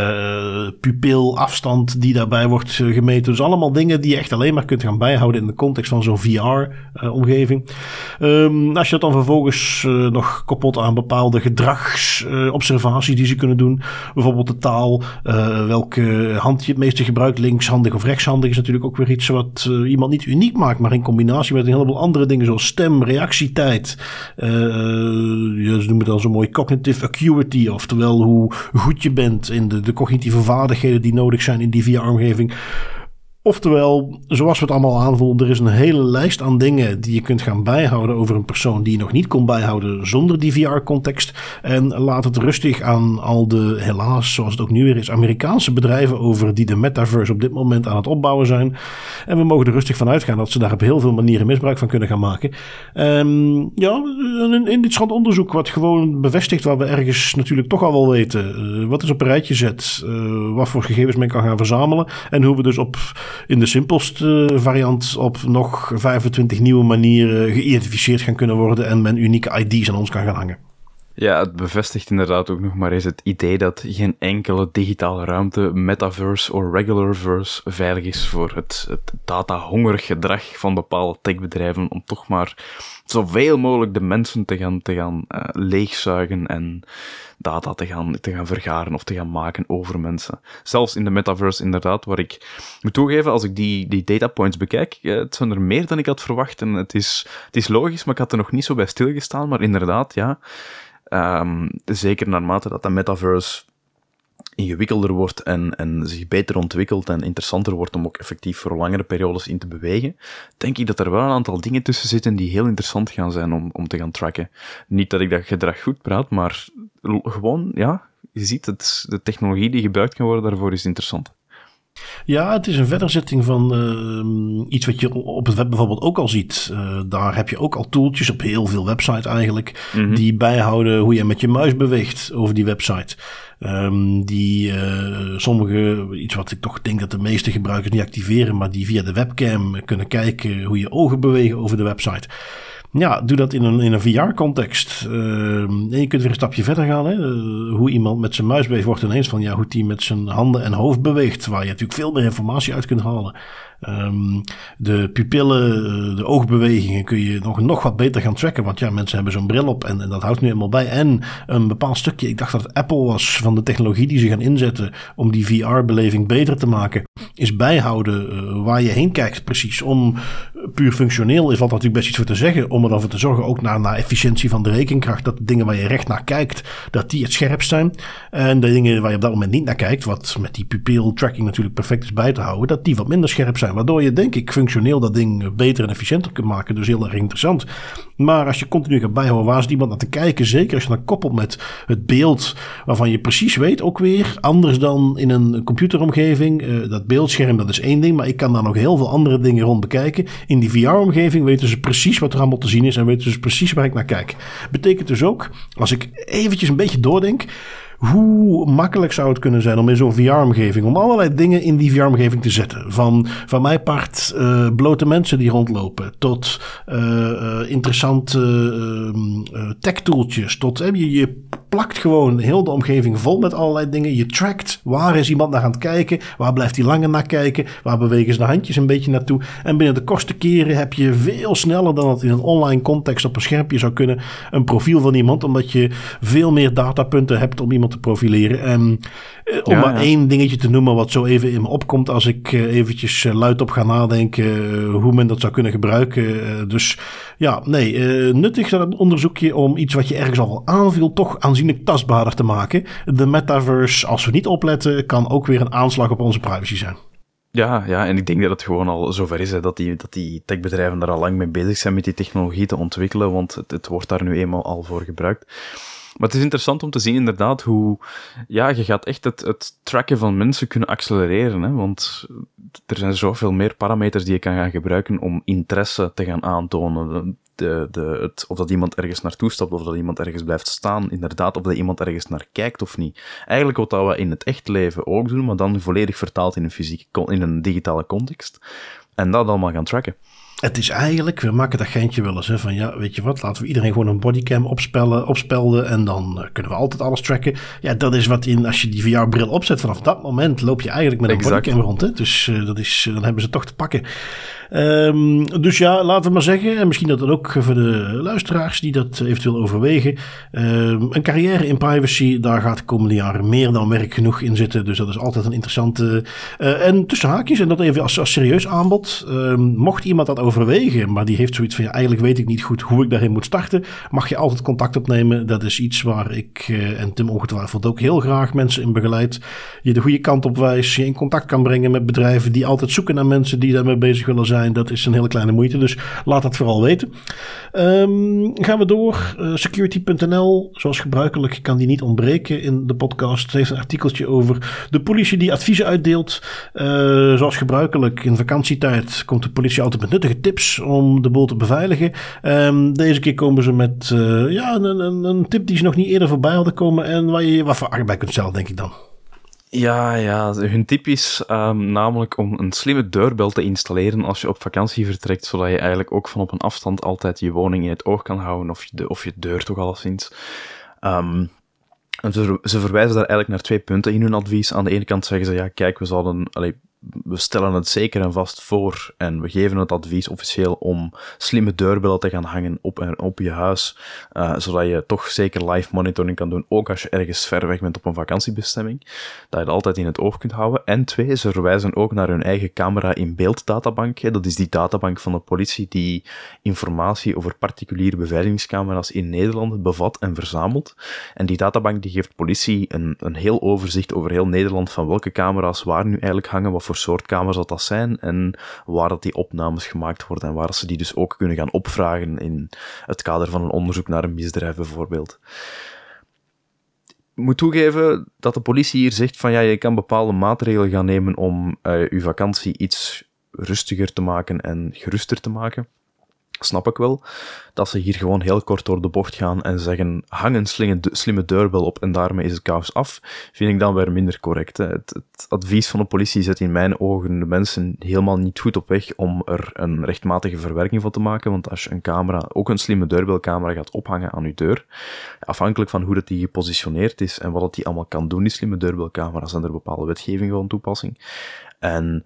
uh, pupilafstand die daarbij wordt gemeten. Dus allemaal dingen die je echt alleen maar kunt gaan bijhouden in de context van zo'n V R-omgeving. Uh, um, als je dat dan vervolgens uh, nog koppelt aan bepaalde gedragsobservaties uh, die ze kunnen doen, bijvoorbeeld de taal, uh, welke hand je het meeste gebruikt, linkshandig of rechtshandig, is natuurlijk ook weer iets wat uh, iemand niet uniek maakt, maar in combinatie met een heleboel andere dingen zoals stem, reactietijd, uh, ja, ze noemen het dan zo mooi cognitive acuity, oftewel hoe goed je bent in de, de cognitieve vaardigheden die nodig zijn in die V R-omgeving. Oftewel, zoals we het allemaal aanvoelen, er is een hele lijst aan dingen die je kunt gaan bijhouden over een persoon die je nog niet kon bijhouden zonder die V R-context. En laat het rustig aan al de, helaas, zoals het ook nu weer is, Amerikaanse bedrijven over die de metaverse op dit moment aan het opbouwen zijn. En we mogen er rustig van uitgaan dat ze daar op heel veel manieren misbruik van kunnen gaan maken. Um, ja, een, een interessant onderzoek wat gewoon bevestigt waar we ergens natuurlijk toch al wel weten. Uh, wat is op een rijtje zet, uh, wat voor gegevens men kan gaan verzamelen en hoe we dus op in de simpelste variant op nog vijfentwintig nieuwe manieren geïdentificeerd gaan kunnen worden en men unieke I D's aan ons kan gaan hangen. Ja, het bevestigt inderdaad ook nog maar eens het idee dat geen enkele digitale ruimte, metaverse of regularverse, veilig is voor het, het data-hongerig gedrag van bepaalde techbedrijven om toch maar zoveel mogelijk de mensen te gaan, te gaan uh, leegzuigen en data te gaan, te gaan vergaren of te gaan maken over mensen. Zelfs in de metaverse inderdaad, waar ik moet toegeven, als ik die, die datapoints bekijk, ja, het zijn er meer dan ik had verwacht en het is, het is logisch, maar ik had er nog niet zo bij stilgestaan, maar inderdaad, ja, um, zeker naarmate dat de metaverse ingewikkelder wordt en, en zich beter ontwikkelt en interessanter wordt om ook effectief voor langere periodes in te bewegen, denk ik dat er wel een aantal dingen tussen zitten die heel interessant gaan zijn om, om te gaan tracken. Niet dat ik dat gedrag goed praat, maar gewoon, ja, je ziet het, de technologie die gebruikt kan worden daarvoor is interessant. Ja, het is een verderzetting van uh, iets wat je op het web bijvoorbeeld ook al ziet. Uh, daar heb je ook al tooltjes op heel veel websites eigenlijk, mm-hmm. die bijhouden hoe je met je muis beweegt over die website. Um, die uh, sommige, iets wat ik toch denk dat de meeste gebruikers niet activeren, maar die via de webcam kunnen kijken hoe je ogen bewegen over de website. Ja, doe dat in een, in een V R-context. Uh, en je kunt weer een stapje verder gaan. Hè? Uh, hoe iemand met zijn muis beweegt wordt ineens van ja, hoe hij met zijn handen en hoofd beweegt. Waar je natuurlijk veel meer informatie uit kunt halen. Um, de pupillen, de oogbewegingen kun je nog, nog wat beter gaan tracken. Want ja, mensen hebben zo'n bril op en, en dat houdt nu eenmaal bij. En een bepaald stukje, ik dacht dat het Apple was van de technologie die ze gaan inzetten om die V R-beleving beter te maken, is bijhouden uh, waar je heen kijkt precies. Om puur functioneel is wat natuurlijk best iets voor te zeggen. Om er dan voor te zorgen, ook naar, naar efficiëntie van de rekenkracht, dat de dingen waar je recht naar kijkt, dat die het scherpst zijn. En de dingen waar je op dat moment niet naar kijkt, wat met die pupil-tracking natuurlijk perfect is bij te houden, dat die wat minder scherp zijn. Waardoor je, denk ik, functioneel dat ding beter en efficiënter kunt maken. Dus heel erg interessant. Maar als je continu gaat bijhouden, waar is iemand naar te kijken? Zeker als je dan koppelt met het beeld waarvan je precies weet, ook weer, anders dan in een computeromgeving. Uh, dat beeldscherm, dat is één ding, maar ik kan daar nog heel veel andere dingen rond bekijken. In die V R-omgeving weten ze precies wat er allemaal te zien is en weten ze precies waar ik naar kijk. Betekent dus ook, als ik eventjes een beetje doordenk, hoe makkelijk zou het kunnen zijn om in zo'n V R-omgeving, om allerlei dingen in die V R-omgeving te zetten. Van, van mijn part uh, blote mensen die rondlopen, tot uh, uh, interessante uh, uh, tech-tooltjes, tot uh, je, je plakt gewoon heel de omgeving vol met allerlei dingen. Je trackt, waar is iemand naar aan het kijken, waar blijft hij langer naar kijken, waar bewegen ze de handjes een beetje naartoe. En binnen de kortste keren heb je veel sneller dan het in een online context op een schermpje zou kunnen, een profiel van iemand, omdat je veel meer datapunten hebt om iemand te profileren. En uh, om ja, maar ja. één dingetje te noemen wat zo even in me opkomt als ik uh, eventjes uh, luidop ga nadenken uh, hoe men dat zou kunnen gebruiken. Uh, dus ja, nee, uh, nuttig dat onderzoekje om iets wat je ergens al wel aanviel toch aanzienlijk tastbaarder te maken. De metaverse, als we niet opletten, kan ook weer een aanslag op onze privacy zijn. Ja, ja, en ik denk dat het gewoon al zover is, hè, dat, die, dat die techbedrijven daar al lang mee bezig zijn met die technologie te ontwikkelen, want het, het wordt daar nu eenmaal al voor gebruikt. Maar het is interessant om te zien inderdaad hoe, ja, je gaat echt het, het tracken van mensen kunnen accelereren, hè, want er zijn zoveel meer parameters die je kan gaan gebruiken om interesse te gaan aantonen. De, de, het, of dat iemand ergens naartoe stapt, of dat iemand ergens blijft staan, inderdaad, of dat iemand ergens naar kijkt of niet. Eigenlijk wat dat we in het echt leven ook doen, maar dan volledig vertaald in een, fysieke, in een digitale context. En dat allemaal gaan tracken. Het is eigenlijk, we maken dat geintje wel eens, hè, van ja, weet je wat, laten we iedereen gewoon een bodycam opspellen, opspelden en dan uh, kunnen we altijd alles tracken. Ja, dat is wat in, als je die V R-bril opzet, vanaf dat moment loop je eigenlijk met een exact. bodycam rond. Hè? Dus uh, dat is, dan hebben ze toch te pakken. Um, dus ja, laten we maar zeggen, en misschien dat dan ook voor de luisteraars die dat eventueel overwegen, um, een carrière in privacy, daar gaat de komende jaren meer dan werk genoeg in zitten. Dus dat is altijd een interessante, uh, en tussen haakjes, en dat even als, als serieus aanbod, um, mocht iemand dat overwegen, maar die heeft zoiets van, ja, eigenlijk weet ik niet goed hoe ik daarin moet starten, mag je altijd contact opnemen. Dat is iets waar ik uh, en Tim ongetwijfeld ook heel graag mensen in begeleid. Je de goede kant op wijst, je in contact kan brengen met bedrijven die altijd zoeken naar mensen die daarmee bezig willen zijn. Dat is een hele kleine moeite, dus laat dat vooral weten. Um, gaan we door. Uh, security punt n l, zoals gebruikelijk kan die niet ontbreken in de podcast. Het heeft een artikeltje over de politie die adviezen uitdeelt. Uh, zoals gebruikelijk in vakantietijd komt de politie altijd met nuttige tips om de boel te beveiligen. Um, deze keer komen ze met uh, ja, een, een, een tip die ze nog niet eerder voorbij hadden komen en waar je wat voor arbeid kunt stellen, denk ik dan. Ja, ja, hun tip is um, namelijk om een slimme deurbel te installeren als je op vakantie vertrekt, zodat je eigenlijk ook van op een afstand altijd je woning in het oog kan houden, of je, de, of je deur toch alleszins. Um, en ze, ze verwijzen daar eigenlijk naar twee punten in hun advies. Aan de ene kant zeggen ze, ja, kijk, we zouden... Allee, we stellen het zeker en vast voor en we geven het advies officieel om slimme deurbellen te gaan hangen op, en op je huis, uh, zodat je toch zeker live monitoring kan doen, ook als je ergens ver weg bent op een vakantiebestemming, dat je het altijd in het oog kunt houden. En twee, ze verwijzen ook naar hun eigen camera in beeld databank. Hè. Dat is die databank van de politie die informatie over particuliere beveiligingscamera's in Nederland bevat en verzamelt. En die databank die geeft politie een, een heel overzicht over heel Nederland van welke camera's waar nu eigenlijk hangen, wat voor soort camera's dat dat zijn en waar dat die opnames gemaakt worden en waar ze die dus ook kunnen gaan opvragen in het kader van een onderzoek naar een misdrijf bijvoorbeeld. Ik moet toegeven dat de politie hier zegt van ja, je kan bepaalde maatregelen gaan nemen om uh, je vakantie iets rustiger te maken en geruster te maken. Snap ik wel. Dat ze hier gewoon heel kort door de bocht gaan en zeggen, hang een slimme, slimme deurbel op en daarmee is het kous af, vind ik dan weer minder correct. Hè. Het, het advies van de politie zet in mijn ogen de mensen helemaal niet goed op weg om er een rechtmatige verwerking van te maken, want als je een camera, ook een slimme deurbelcamera gaat ophangen aan je deur, afhankelijk van hoe dat die gepositioneerd is en wat dat die allemaal kan doen, die slimme deurbelcamera, zijn er bepaalde wetgevingen van toepassing. En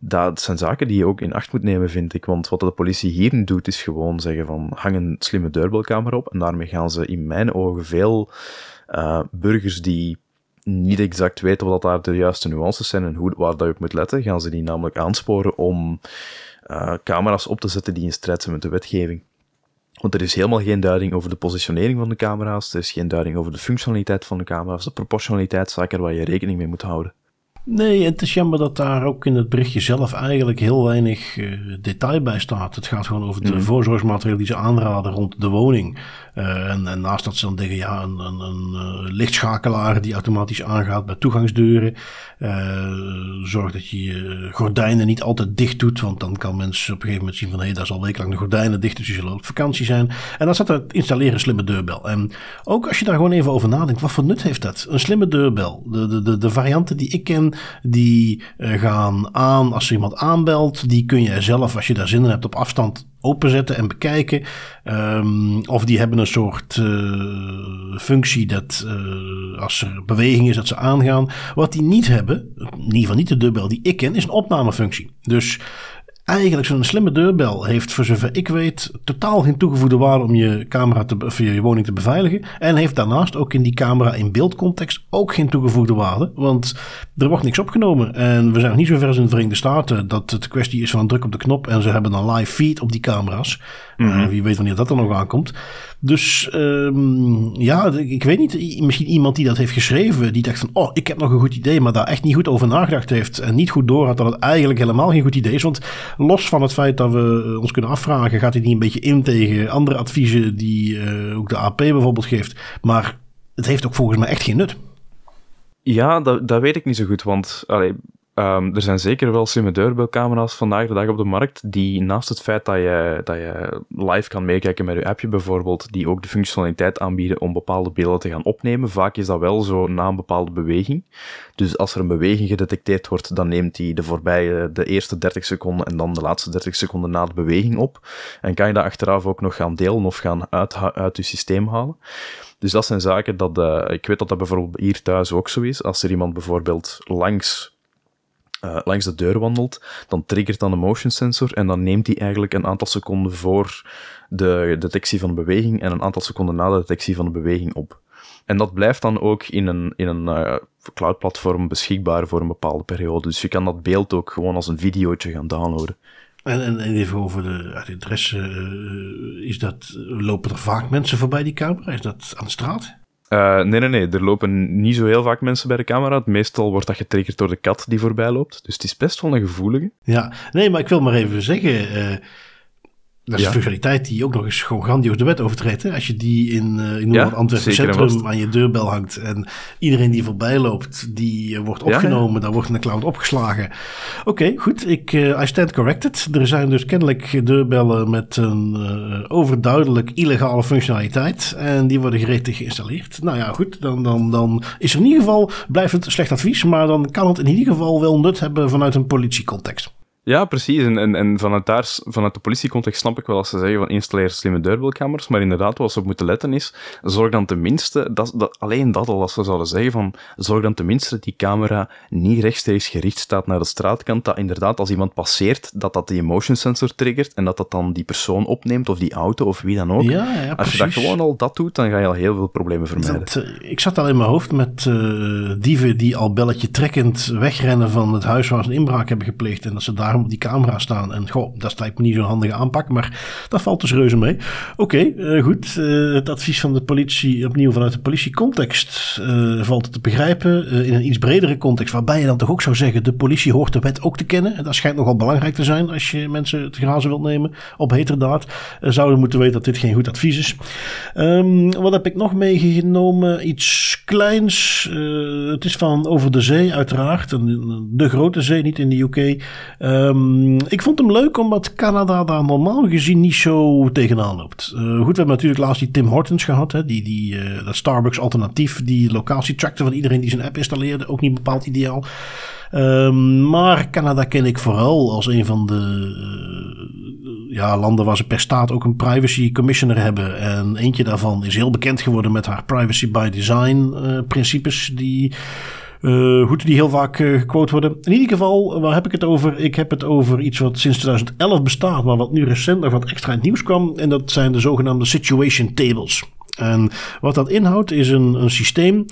dat zijn zaken die je ook in acht moet nemen, vind ik. Want wat de politie hier nu doet, is gewoon zeggen van, hang een slimme deurbelcamera op. En daarmee gaan ze in mijn ogen veel uh, burgers die niet exact weten wat daar de juiste nuances zijn en hoe, waar dat je op moet letten, gaan ze die namelijk aansporen om uh, camera's op te zetten die in strijd zijn met de wetgeving. Want er is helemaal geen duiding over de positionering van de camera's, er is geen duiding over de functionaliteit van de camera's, de proportionaliteit, zaken waar je rekening mee moet houden. Nee, het is jammer dat daar ook in het berichtje zelf eigenlijk heel weinig uh, detail bij staat. Het gaat gewoon over de mm. voorzorgsmaatregelen die ze aanraden rond de woning. Uh, en, en naast dat ze dan zeggen, ja, een, een, een uh, lichtschakelaar die automatisch aangaat bij toegangsdeuren. Uh, zorg dat je je gordijnen niet altijd dicht doet, want dan kan mensen op een gegeven moment zien van, hé, hey, daar zal wekenlang de gordijnen dicht, dus je zullen op vakantie zijn. En dan staat er het installeren slimme deurbel. En ook als je daar gewoon even over nadenkt, wat voor nut heeft dat? Een slimme deurbel. De, de, de, de varianten die ik ken, die uh, gaan aan als er iemand aanbelt. Die kun je zelf, als je daar zin in hebt, op afstand openzetten en bekijken. Um, of die hebben een soort uh, functie dat uh, als er beweging is, dat ze aangaan. Wat die niet hebben, in ieder geval niet de deurbel die ik ken, is een opnamefunctie. Dus eigenlijk zo'n slimme deurbel heeft, voor zover ik weet, totaal geen toegevoegde waarde om je camera te, of je woning te beveiligen. En heeft daarnaast ook in die camera in beeldcontext ook geen toegevoegde waarde. Want er wordt niks opgenomen. En we zijn nog niet zo ver als in de Verenigde Staten dat het kwestie is van druk op de knop en ze hebben een live feed op die camera's. Mm-hmm. Uh, wie weet wanneer dat er nog aankomt. Dus um, ja, ik weet niet, misschien iemand die dat heeft geschreven, die dacht van, oh, ik heb nog een goed idee, maar daar echt niet goed over nagedacht heeft en niet goed door had dat het eigenlijk helemaal geen goed idee is. Want los van het feit dat we ons kunnen afvragen, gaat dit niet een beetje in tegen andere adviezen die uh, ook de A P bijvoorbeeld geeft. Maar het heeft ook volgens mij echt geen nut. Ja, dat, dat weet ik niet zo goed, want allee, um, er zijn zeker wel slimme deurbelcamera's vandaag de dag op de markt die naast het feit dat je, dat je live kan meekijken met je appje bijvoorbeeld, die ook de functionaliteit aanbieden om bepaalde beelden te gaan opnemen. Vaak is dat wel zo na een bepaalde beweging. Dus als er een beweging gedetecteerd wordt, dan neemt hij de voorbije, de eerste dertig seconden en dan de laatste dertig seconden na de beweging op. En kan je dat achteraf ook nog gaan delen of gaan uit, uit je systeem halen. Dus dat zijn zaken dat, uh, ik weet dat dat bijvoorbeeld hier thuis ook zo is. Als er iemand bijvoorbeeld langs, uh, langs de deur wandelt, dan triggert dan een motion sensor en dan neemt hij eigenlijk een aantal seconden voor de detectie van de beweging en een aantal seconden na de detectie van de beweging op. En dat blijft dan ook in een, in een uh, cloud-platform beschikbaar voor een bepaalde periode. Dus je kan dat beeld ook gewoon als een videootje gaan downloaden. En, en even over de uit interesse, uh, is dat, lopen er vaak mensen voorbij die camera? Is dat aan de straat? Uh, nee, nee, nee. Er lopen niet zo heel vaak mensen bij de camera. Meestal wordt dat getriggerd door de kat die voorbij loopt. Dus het is best wel een gevoelige. Ja, nee, maar ik wil maar even zeggen, Uh, dat is ja. een functionaliteit die ook nog eens gewoon grandioos de wet overtreedt. Hè? Als je die in, uh, in ja, Antwerpen Centrum aan je deurbel hangt en iedereen die voorbij loopt, die uh, wordt opgenomen, ja, ja. daar wordt in de cloud opgeslagen. Oké, okay, goed. Ik, uh, I stand corrected. Er zijn dus kennelijk deurbellen met een uh, overduidelijk illegale functionaliteit en die worden gretig geïnstalleerd. Nou ja, goed. Dan, dan, dan is er in ieder geval, blijft het slecht advies, maar dan kan het in ieder geval wel nut hebben vanuit een politiecontext. Ja, precies. En, en, en vanuit, daar, vanuit de politiecontext snap ik wel als ze zeggen van installeer slimme deurbelkamers, maar inderdaad, wat ze op moeten letten is, zorg dan tenminste, dat, dat, alleen dat al als ze zouden zeggen van, zorg dan tenminste dat die camera niet rechtstreeks gericht staat naar de straatkant, dat inderdaad als iemand passeert, dat dat die motion sensor triggert en dat dat dan die persoon opneemt, of die auto, of wie dan ook. Ja, ja, als je dat gewoon al dat doet, dan ga je al heel veel problemen vermijden. Dat, uh, ik zat al in mijn hoofd met uh, dieven die al belletje trekkend wegrennen van het huis waar ze een inbraak hebben gepleegd en dat ze daar op die camera staan. En goh, dat lijkt me niet zo'n handige aanpak, maar dat valt dus reuze mee. Oké, okay, uh, goed. Uh, het advies van de politie, opnieuw vanuit de politiecontext, uh, valt het te begrijpen. Uh, in een iets bredere context, waarbij je dan toch ook zou zeggen, de politie hoort de wet ook te kennen. En dat schijnt nogal belangrijk te zijn als je mensen te grazen wilt nemen op heterdaad. Uh, zouden moeten weten dat dit geen goed advies is. Um, wat heb ik nog meegenomen? Iets kleins. Uh, het is van over de zee, uiteraard. De grote zee, niet in de U K. Um, ik vond hem leuk omdat Canada daar normaal gezien niet zo tegenaan loopt. Uh, goed, we hebben natuurlijk laatst die Tim Hortons gehad. Hè, die, die, uh, dat Starbucks alternatief. Die locatietracker van iedereen die zijn app installeerde. Ook niet bepaald ideaal. Um, maar Canada ken ik vooral als een van de uh, ja, landen waar ze per staat ook een privacy commissioner hebben. En eentje daarvan is heel bekend geworden met haar privacy by design uh, principes die uh, hoe die heel vaak uh, gequote worden. In ieder geval, waar heb ik het over? Ik heb het over iets wat sinds twintig elf bestaat, maar wat nu recent nog wat extra in het nieuws kwam. En dat zijn de zogenaamde situation tables. En wat dat inhoudt is een, een systeem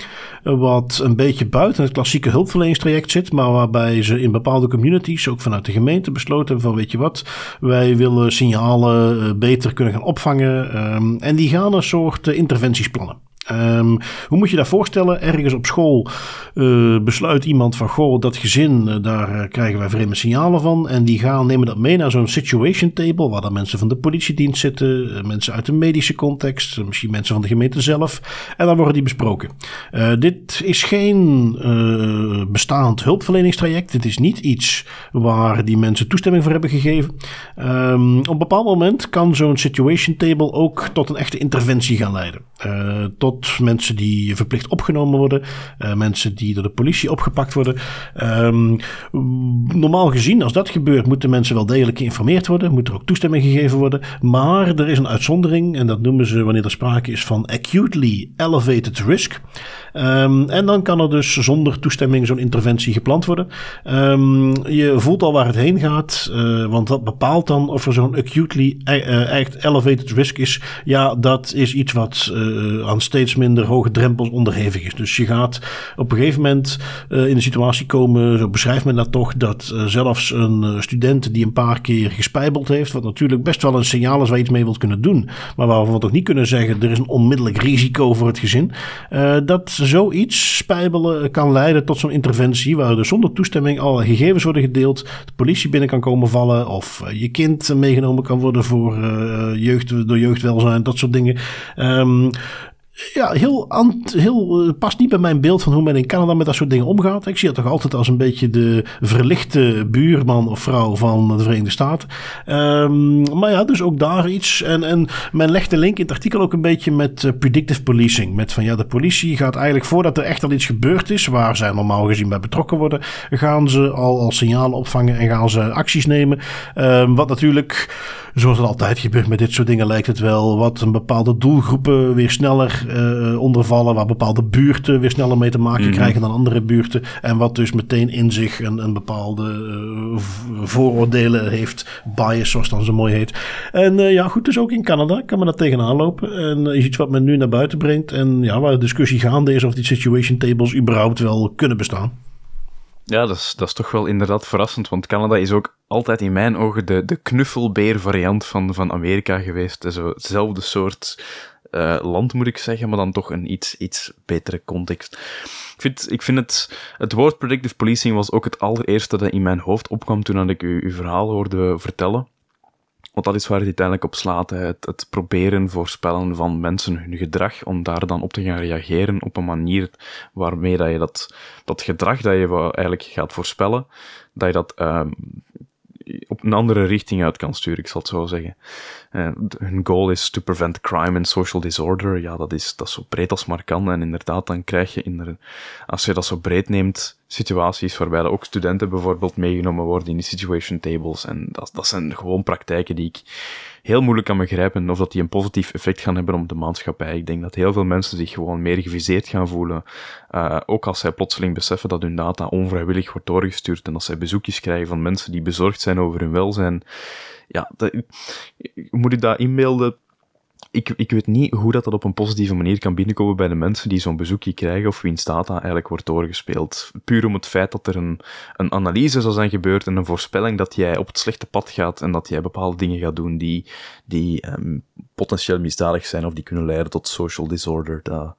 wat een beetje buiten het klassieke hulpverleningstraject zit, maar waarbij ze in bepaalde communities, ook vanuit de gemeente, besloten hebben van weet je wat, wij willen signalen beter kunnen gaan opvangen. Um, en die gaan een soort uh, interventies plannen. Um, hoe moet je dat voorstellen? Ergens op school uh, besluit iemand van goh, dat gezin, uh, daar uh, krijgen wij vreemde signalen van. En die gaan nemen dat mee naar zo'n situation table, waar dan mensen van de politiedienst zitten, uh, mensen uit de medische context, uh, misschien mensen van de gemeente zelf. En dan worden die besproken. Uh, dit is geen uh, bestaand hulpverleningstraject. Dit is niet iets waar die mensen toestemming voor hebben gegeven. Um, op een bepaald moment kan zo'n situation table ook tot een echte interventie gaan leiden. Uh, tot mensen die verplicht opgenomen worden. Uh, mensen die door de politie opgepakt worden. Um, normaal gezien, als dat gebeurt, moeten mensen wel degelijk geïnformeerd worden. Moet er ook toestemming gegeven worden. Maar er is een uitzondering. En dat noemen ze wanneer er sprake is van acutely elevated risk. Um, en dan kan er dus zonder toestemming zo'n interventie gepland worden. Um, je voelt al waar het heen gaat. Uh, want dat bepaalt dan of er zo'n acutely uh, echt elevated risk is. Ja, dat is iets wat uh, aan steeds minder hoge drempels onderhevig is. Dus je gaat op een gegeven moment uh, in een situatie komen, zo beschrijft men dat toch, dat uh, zelfs een uh, student die een paar keer gespijbeld heeft, wat natuurlijk best wel een signaal is waar je iets mee wilt kunnen doen, maar waarvan we toch niet kunnen zeggen, er is een onmiddellijk risico voor het gezin, uh, dat zoiets, spijbelen, kan leiden tot zo'n interventie waar er zonder toestemming alle gegevens worden gedeeld, de politie binnen kan komen vallen of uh, je kind meegenomen kan worden voor uh, jeugd, door jeugdwelzijn, dat soort dingen. Um, Ja, heel, ant, heel uh, past niet bij mijn beeld van hoe men in Canada met dat soort dingen omgaat. Ik zie dat toch altijd als een beetje de verlichte buurman of vrouw van de Verenigde Staten. Um, maar ja, dus ook daar iets. En, en men legt de link in het artikel ook een beetje met uh, predictive policing. Met van ja, de politie gaat eigenlijk voordat er echt al iets gebeurd is, waar zij normaal gezien bij betrokken worden, gaan ze al, al signalen opvangen en gaan ze acties nemen. Um, wat natuurlijk, zoals het altijd gebeurt met dit soort dingen, lijkt het wel wat een bepaalde doelgroepen weer sneller Uh, ondervallen, waar bepaalde buurten weer sneller mee te maken mm-hmm. krijgen dan andere buurten. En wat dus meteen in zich een, een bepaalde uh, vooroordelen heeft. Bias, zoals dan zo mooi heet. En uh, ja, goed, dus ook in Canada kan men dat tegenaan lopen. En uh, is iets wat men nu naar buiten brengt. En ja, waar de discussie gaande is of die situation tables überhaupt wel kunnen bestaan. Ja, dat is, dat is toch wel inderdaad verrassend, want Canada is ook altijd in mijn ogen de, de knuffelbeer variant van, van Amerika geweest. Dus hetzelfde soort uh, land, moet ik zeggen, maar dan toch een iets, iets betere context. Ik vind, ik vind het, het woord predictive policing was ook het allereerste dat in mijn hoofd opkwam toen ik u uw verhaal hoorde vertellen. Want dat is waar het uiteindelijk op slaat. Hè. Het, het proberen voorspellen van mensen hun gedrag, om daar dan op te gaan reageren op een manier waarmee dat je dat, dat gedrag dat je eigenlijk gaat voorspellen, dat je dat um, op een andere richting uit kan sturen, ik zal het zo zeggen. Uh, hun goal is to prevent crime and social disorder. Ja, dat is, dat is zo breed als maar kan. En inderdaad, dan krijg je, in de, als je dat zo breed neemt, situaties waarbij er ook studenten bijvoorbeeld meegenomen worden in die situation tables. En dat, dat zijn gewoon praktijken die ik heel moeilijk kan begrijpen of dat die een positief effect gaan hebben op de maatschappij. Ik denk dat heel veel mensen zich gewoon meer geviseerd gaan voelen. Uh, ook als zij plotseling beseffen dat hun data onvrijwillig wordt doorgestuurd en als zij bezoekjes krijgen van mensen die bezorgd zijn over hun welzijn. Ja, dat, moet ik dat inbeelden? Ik, ik weet niet hoe dat, dat op een positieve manier kan binnenkomen bij de mensen die zo'n bezoekje krijgen of wiens data eigenlijk wordt doorgespeeld. Puur om het feit dat er een, een analyse zou zijn gebeurd en een voorspelling dat jij op het slechte pad gaat en dat jij bepaalde dingen gaat doen die, die um, potentieel misdadig zijn of die kunnen leiden tot social disorder. Dat,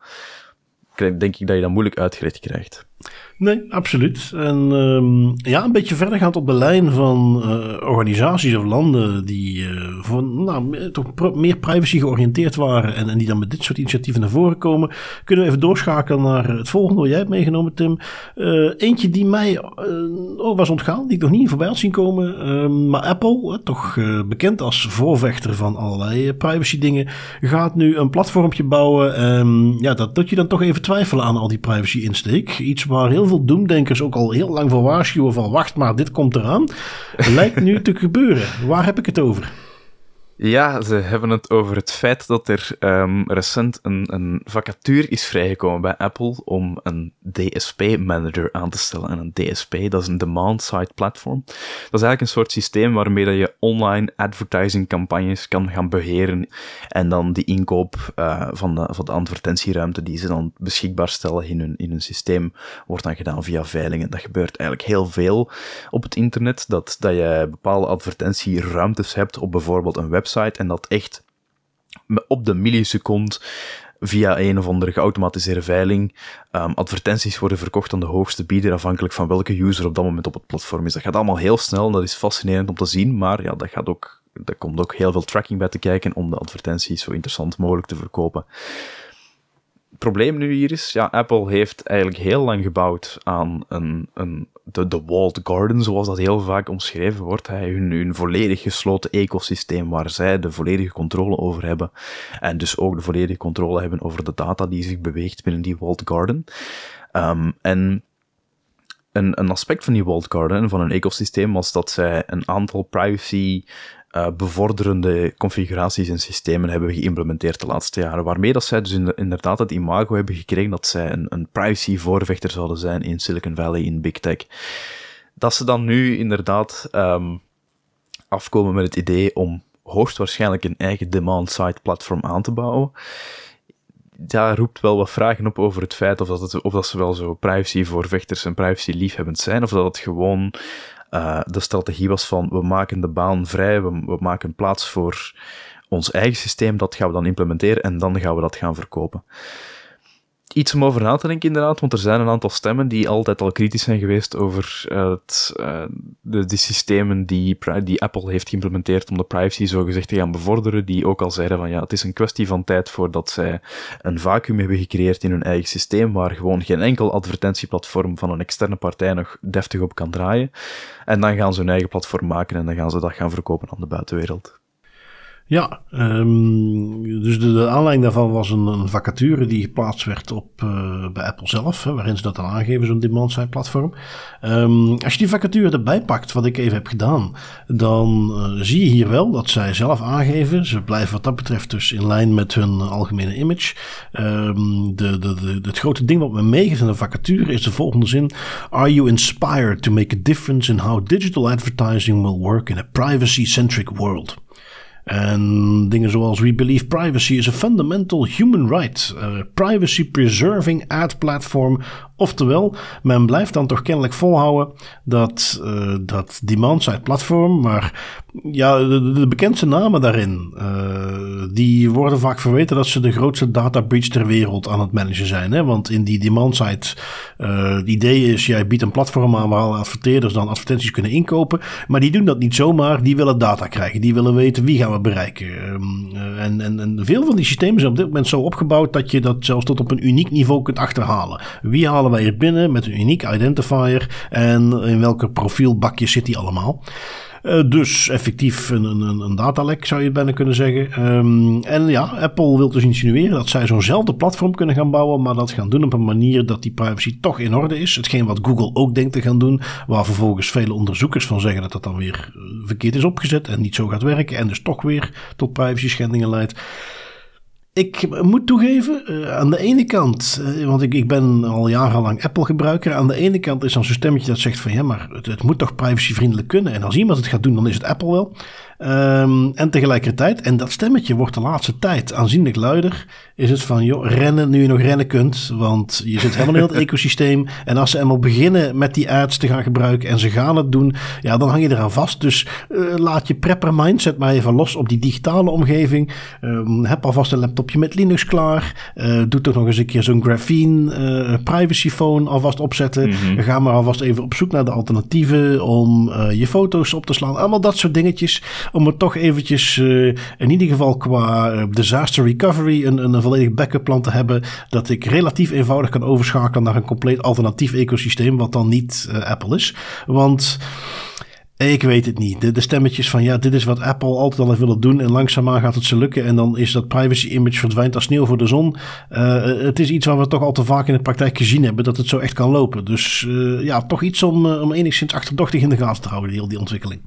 denk ik dat je dat moeilijk uitgelegd krijgt. Nee, absoluut. En um, ja, een beetje verder gaat op de lijn van uh, organisaties of landen die uh, voor, nou, toch pro- meer privacy georiënteerd waren en, en die dan met dit soort initiatieven naar voren komen. Kunnen we even doorschakelen naar het volgende wat jij hebt meegenomen, Tim. Uh, eentje die mij uh, oh, was ontgaan, die ik nog niet voorbij had zien komen. Uh, maar Apple, uh, toch uh, bekend als voorvechter van allerlei uh, privacy dingen, gaat nu een platformpje bouwen. Um, ja, dat doet je dan toch even twijfelen aan al die privacy insteek. Iets waar heel veel doemdenkers ook al heel lang voor waarschuwen van wacht maar, dit komt eraan. Lijkt nu te gebeuren. Waar heb ik het over? Ja, ze hebben het over het feit dat er um, recent een, een vacature is vrijgekomen bij Apple om een D S P-manager aan te stellen. En een D S P, dat is een demand-side platform. Dat is eigenlijk een soort systeem waarmee dat je online advertising-campagnes kan gaan beheren en dan die inkoop uh, van, de, van de advertentieruimte die ze dan beschikbaar stellen in hun, in hun systeem wordt dan gedaan via veilingen. Dat gebeurt eigenlijk heel veel op het internet, dat, dat je bepaalde advertentieruimtes hebt op bijvoorbeeld een website en dat echt op de milliseconde via een of andere geautomatiseerde veiling um, advertenties worden verkocht aan de hoogste bieder afhankelijk van welke user op dat moment op het platform is. Dat gaat allemaal heel snel en dat is fascinerend om te zien, maar ja, dat gaat ook, daar komt ook heel veel tracking bij te kijken om de advertenties zo interessant mogelijk te verkopen. Het probleem nu hier is, ja, Apple heeft eigenlijk heel lang gebouwd aan een, een, de, de walled garden, zoals dat heel vaak omschreven wordt. Hè. Hun, hun volledig gesloten ecosysteem waar zij de volledige controle over hebben. En dus ook de volledige controle hebben over de data die zich beweegt binnen die walled garden. Um, en een, een aspect van die walled garden, van hun ecosysteem, was dat zij een aantal privacy Uh, bevorderende configuraties en systemen hebben geïmplementeerd de laatste jaren, waarmee dat zij dus in de, inderdaad het imago hebben gekregen dat zij een, een privacy-voorvechter zouden zijn in Silicon Valley, in Big Tech. Dat ze dan nu inderdaad um, afkomen met het idee om hoogstwaarschijnlijk een eigen demand-side platform aan te bouwen, ja, roept wel wat vragen op over het feit of, dat het, of dat ze wel zo privacy-voorvechters en privacy-liefhebbend zijn, of dat het gewoon Uh, de strategie was van, we maken de baan vrij, we, we maken plaats voor ons eigen systeem, dat gaan we dan implementeren en dan gaan we dat gaan verkopen. Iets om over na te denken inderdaad, want er zijn een aantal stemmen die altijd al kritisch zijn geweest over uh, het, uh, de, die systemen die, die Apple heeft geïmplementeerd om de privacy zogezegd te gaan bevorderen, die ook al zeiden van ja, het is een kwestie van tijd voordat zij een vacuüm hebben gecreëerd in hun eigen systeem, waar gewoon geen enkel advertentieplatform van een externe partij nog deftig op kan draaien. En dan gaan ze hun eigen platform maken en dan gaan ze dat gaan verkopen aan de buitenwereld. Ja, um, dus de, de aanleiding daarvan was een, een vacature die geplaatst werd op, uh, bij Apple zelf, hè, waarin ze dat dan aangeven, zo'n demand-side platform. Um, als je die vacature erbij pakt, wat ik even heb gedaan, dan uh, zie je hier wel dat zij zelf aangeven, ze blijven wat dat betreft dus in lijn met hun algemene image. Um, de, de, de, het grote ding wat me meegeeft in de vacature is de volgende zin: Are you inspired to make a difference in how digital advertising will work in a privacy-centric world? En dingen zoals we believe privacy is a fundamental human right, uh, privacy preserving ad platform. Oftewel, men blijft dan toch kennelijk volhouden dat uh, dat demand-side platform, maar ja, de, de bekendste namen daarin, uh, die worden vaak verweten dat ze de grootste data breach ter wereld aan het managen zijn. Hè? Want in die demand-side, uh, het idee is, jij biedt een platform aan waar alle adverteerders dan advertenties kunnen inkopen, maar die doen dat niet zomaar, die willen data krijgen, die willen weten wie gaan we bereiken. Um, uh, en, en, en veel van die systemen zijn op dit moment zo opgebouwd dat je dat zelfs tot op een uniek niveau kunt achterhalen. Wie halen wij er binnen met een uniek identifier en in welke profielbakjes zit die allemaal. Uh, dus effectief een, een, een datalek zou je bijna kunnen zeggen. Um, en ja, Apple wil dus insinueren dat zij zo'nzelfde platform kunnen gaan bouwen, maar dat gaan doen op een manier dat die privacy toch in orde is. Hetgeen wat Google ook denkt te gaan doen, waar vervolgens vele onderzoekers van zeggen dat dat dan weer verkeerd is opgezet en niet zo gaat werken en dus toch weer tot privacy schendingen leidt. Ik moet toegeven, uh, aan de ene kant, uh, want ik, ik ben al jarenlang Apple gebruiker, aan de ene kant is dan zo'n stemmetje dat zegt van ja, maar het, het moet toch privacyvriendelijk kunnen en als iemand het gaat doen, dan is het Apple wel. Um, en tegelijkertijd, en dat stemmetje wordt de laatste tijd aanzienlijk luider, is het van joh, rennen nu je nog rennen kunt, want je zit helemaal in het ecosysteem en als ze eenmaal beginnen met die ads te gaan gebruiken en ze gaan het doen, ja, dan hang je eraan vast. Dus uh, laat je prepper mindset maar even los op die digitale omgeving. Um, heb alvast een laptopje met Linux klaar. Uh, doe toch nog eens een keer zo'n Graphene uh, privacy phone alvast opzetten. Mm-hmm. Ga maar alvast even op zoek naar de alternatieven om uh, je foto's op te slaan. Allemaal dat soort dingetjes. Om er toch eventjes uh, in ieder geval qua uh, disaster recovery een, een, een volledig backup plan te hebben. Dat ik relatief eenvoudig kan overschakelen naar een compleet alternatief ecosysteem. Wat dan niet uh, Apple is. Want ik weet het niet. De, de stemmetjes van ja, dit is wat Apple altijd al heeft willen doen en langzaamaan gaat het ze lukken en dan is dat privacy image verdwijnt als sneeuw voor de zon. Uh, het is iets wat we toch al te vaak in de praktijk gezien hebben, dat het zo echt kan lopen. Dus uh, ja, toch iets om, uh, om enigszins achterdochtig in de gaten te houden, die, die ontwikkeling.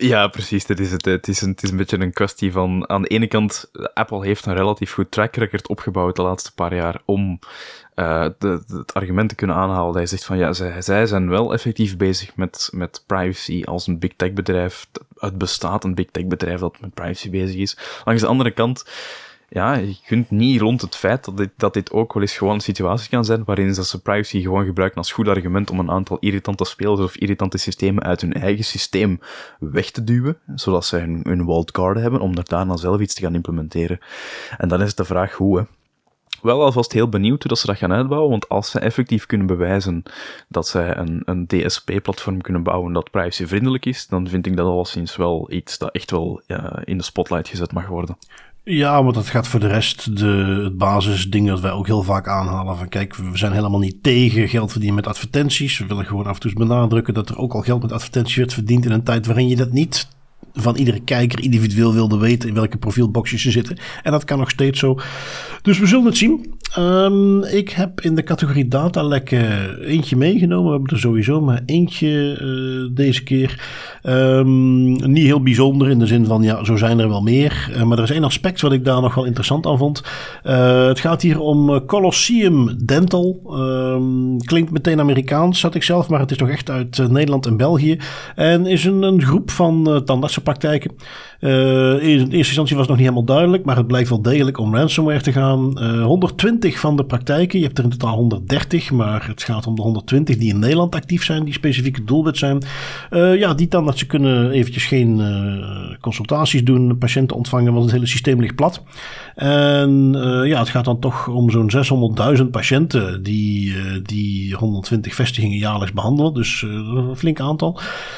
Ja, precies. Dat is het. Het is, een, het is een beetje een kwestie van... Aan de ene kant, Apple heeft een relatief goed track record opgebouwd de laatste paar jaar om uh, de, de, het argument te kunnen aanhalen. Dat hij zegt van, ja, zij, zij zijn wel effectief bezig met, met privacy als een big tech bedrijf. Het bestaat een big tech bedrijf dat met privacy bezig is. Langs de andere kant... Ja, je kunt niet rond het feit dat dit, dat dit ook wel eens gewoon een situatie kan zijn waarin ze privacy gewoon gebruiken als goed argument om een aantal irritante spelers of irritante systemen uit hun eigen systeem weg te duwen, zodat ze hun, hun walled garden hebben om er daarna zelf iets te gaan implementeren. En dan is het de vraag hoe, hè. Wel alvast heel benieuwd hoe dat ze dat gaan uitbouwen, want als ze effectief kunnen bewijzen dat zij een, een D S P-platform kunnen bouwen dat privacyvriendelijk is, dan vind ik dat alleszins wel iets dat echt wel ja, in de spotlight gezet mag worden. Ja, want dat gaat voor de rest de, het basisding dat wij ook heel vaak aanhalen. Van kijk, we zijn helemaal niet tegen geld verdienen met advertenties. We willen gewoon af en toe eens benadrukken dat er ook al geld met advertenties werd verdiend in een tijd waarin je dat niet van iedere kijker individueel wilde weten in welke profielboxjes ze zitten. En dat kan nog steeds zo. Dus we zullen het zien. Um, ik heb in de categorie datalekken eentje meegenomen. We hebben er sowieso maar eentje uh, deze keer. Um, niet heel bijzonder in de zin van, ja, zo zijn er wel meer. Uh, maar er is één aspect wat ik daar nog wel interessant aan vond. Uh, het gaat hier om Colosseum Dental. Um, klinkt meteen Amerikaans, had ik zelf, maar het is toch echt uit uh, Nederland en België. En is een, een groep van uh, tandartsenpraktijken. Uh, in eerste instantie was het nog niet helemaal duidelijk, maar het blijkt wel degelijk om ransomware te gaan. Uh, honderdtwintig van de praktijken, je hebt er in totaal honderddertig, maar het gaat om de honderdtwintig die in Nederland actief zijn, die specifiek het doelwit zijn. Uh, ja, die tandartsen kunnen eventjes geen uh, consultaties doen, patiënten ontvangen, want het hele systeem ligt plat. En uh, ja, het gaat dan toch om zo'n zeshonderdduizend patiënten die, uh, die honderdtwintig vestigingen jaarlijks behandelen, dus uh, een flink aantal.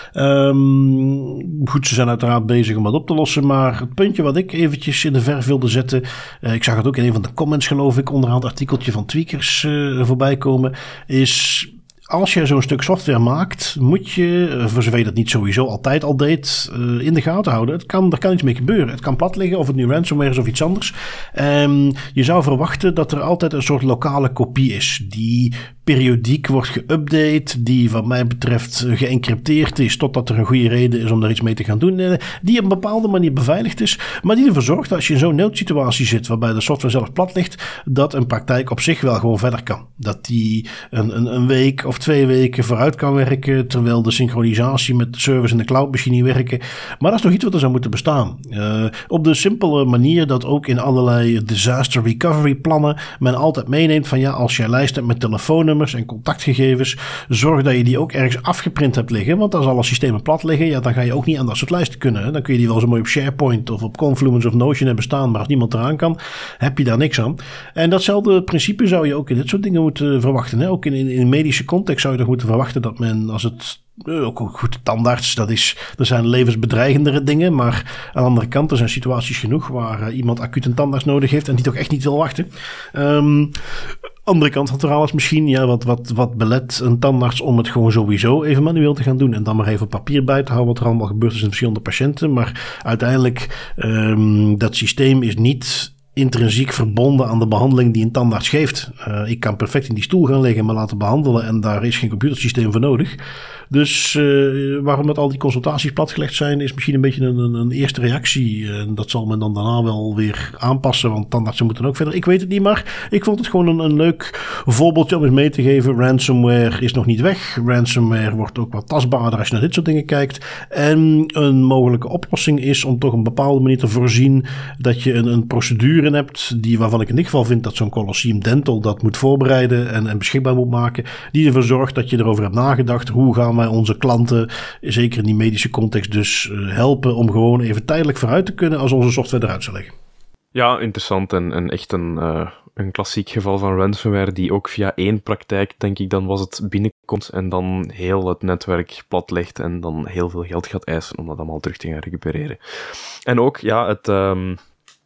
Um, goed, ze zijn uiteraard bezig om dat op te lossen, maar het puntje wat ik eventjes in de verf wilde zetten, uh, ik zag het ook in een van de comments geloof ik, onderaan het artikeltje van Tweakers uh, voorbij komen, is... Als je zo'n stuk software maakt, moet je, voor zover je dat niet sowieso altijd al deed, uh, in de gaten houden. Het kan, er kan iets mee gebeuren. Het kan plat liggen, of het nu ransomware is of iets anders. Um, je zou verwachten dat er altijd een soort lokale kopie is, die periodiek wordt geüpdate, die wat mij betreft geëncrypteerd is, totdat er een goede reden is om daar iets mee te gaan doen, die op een bepaalde manier beveiligd is, maar die ervoor zorgt dat als je in zo'n noodsituatie zit, waarbij de software zelf plat ligt, dat een praktijk op zich wel gewoon verder kan. Dat die een, een, een week of twee weken vooruit kan werken, terwijl de synchronisatie met de servers in de cloud misschien niet werken. Maar dat is toch iets wat er zou moeten bestaan. Uh, op de simpele manier dat ook in allerlei disaster recovery plannen men altijd meeneemt van ja, als jij lijst hebt met telefoonnummers en contactgegevens, zorg dat je die ook ergens afgeprint hebt liggen, want als alle systemen plat liggen, ja, dan ga je ook niet aan dat soort lijsten kunnen. Hè? Dan kun je die wel zo mooi op SharePoint of op Confluence of Notion hebben staan, maar als niemand eraan kan, heb je daar niks aan. En datzelfde principe zou je ook in dit soort dingen moeten verwachten. Hè? Ook in, in, in medische context zou je toch moeten verwachten dat men, als het ook goed, tandarts, dat is, er zijn levensbedreigendere dingen, maar aan de andere kant, er zijn situaties genoeg waar uh, iemand acuut een tandarts nodig heeft en die toch echt niet wil wachten. Um, andere kant van het verhaal is misschien, ja, wat, wat, wat belet een tandarts om het gewoon sowieso even manueel te gaan doen en dan maar even papier bij te houden wat er allemaal gebeurt is in verschillende patiënten, maar uiteindelijk, um, dat systeem is niet intrinsiek verbonden aan de behandeling die een tandarts geeft. Uh, ik kan perfect in die stoel gaan liggen, me laten behandelen en daar is geen computersysteem voor nodig. Dus uh, waarom dat al die consultaties platgelegd zijn, is misschien een beetje een, een, een eerste reactie. Uh, dat zal men dan daarna wel weer aanpassen, want tandartsen moeten ook verder. Ik weet het niet, maar ik vond het gewoon een, een leuk voorbeeldje om eens mee te geven. Ransomware is nog niet weg. Ransomware wordt ook wat tastbaarder als je naar dit soort dingen kijkt. En een mogelijke oplossing is om toch op een bepaalde manier te voorzien dat je een, een procedure hebt, die waarvan ik in ieder geval vind dat zo'n Colosseum Dental dat moet voorbereiden en, en beschikbaar moet maken, die ervoor zorgt dat je erover hebt nagedacht, hoe gaan wij onze klanten, zeker in die medische context dus, uh, helpen om gewoon even tijdelijk vooruit te kunnen als onze software eruit zou liggen. Ja, interessant en, en echt een, uh, een klassiek geval van ransomware die ook via één praktijk, denk ik, dan was het binnenkomt en dan heel het netwerk platlegt en dan heel veel geld gaat eisen om dat allemaal terug te gaan recupereren. En ook, ja, het... Um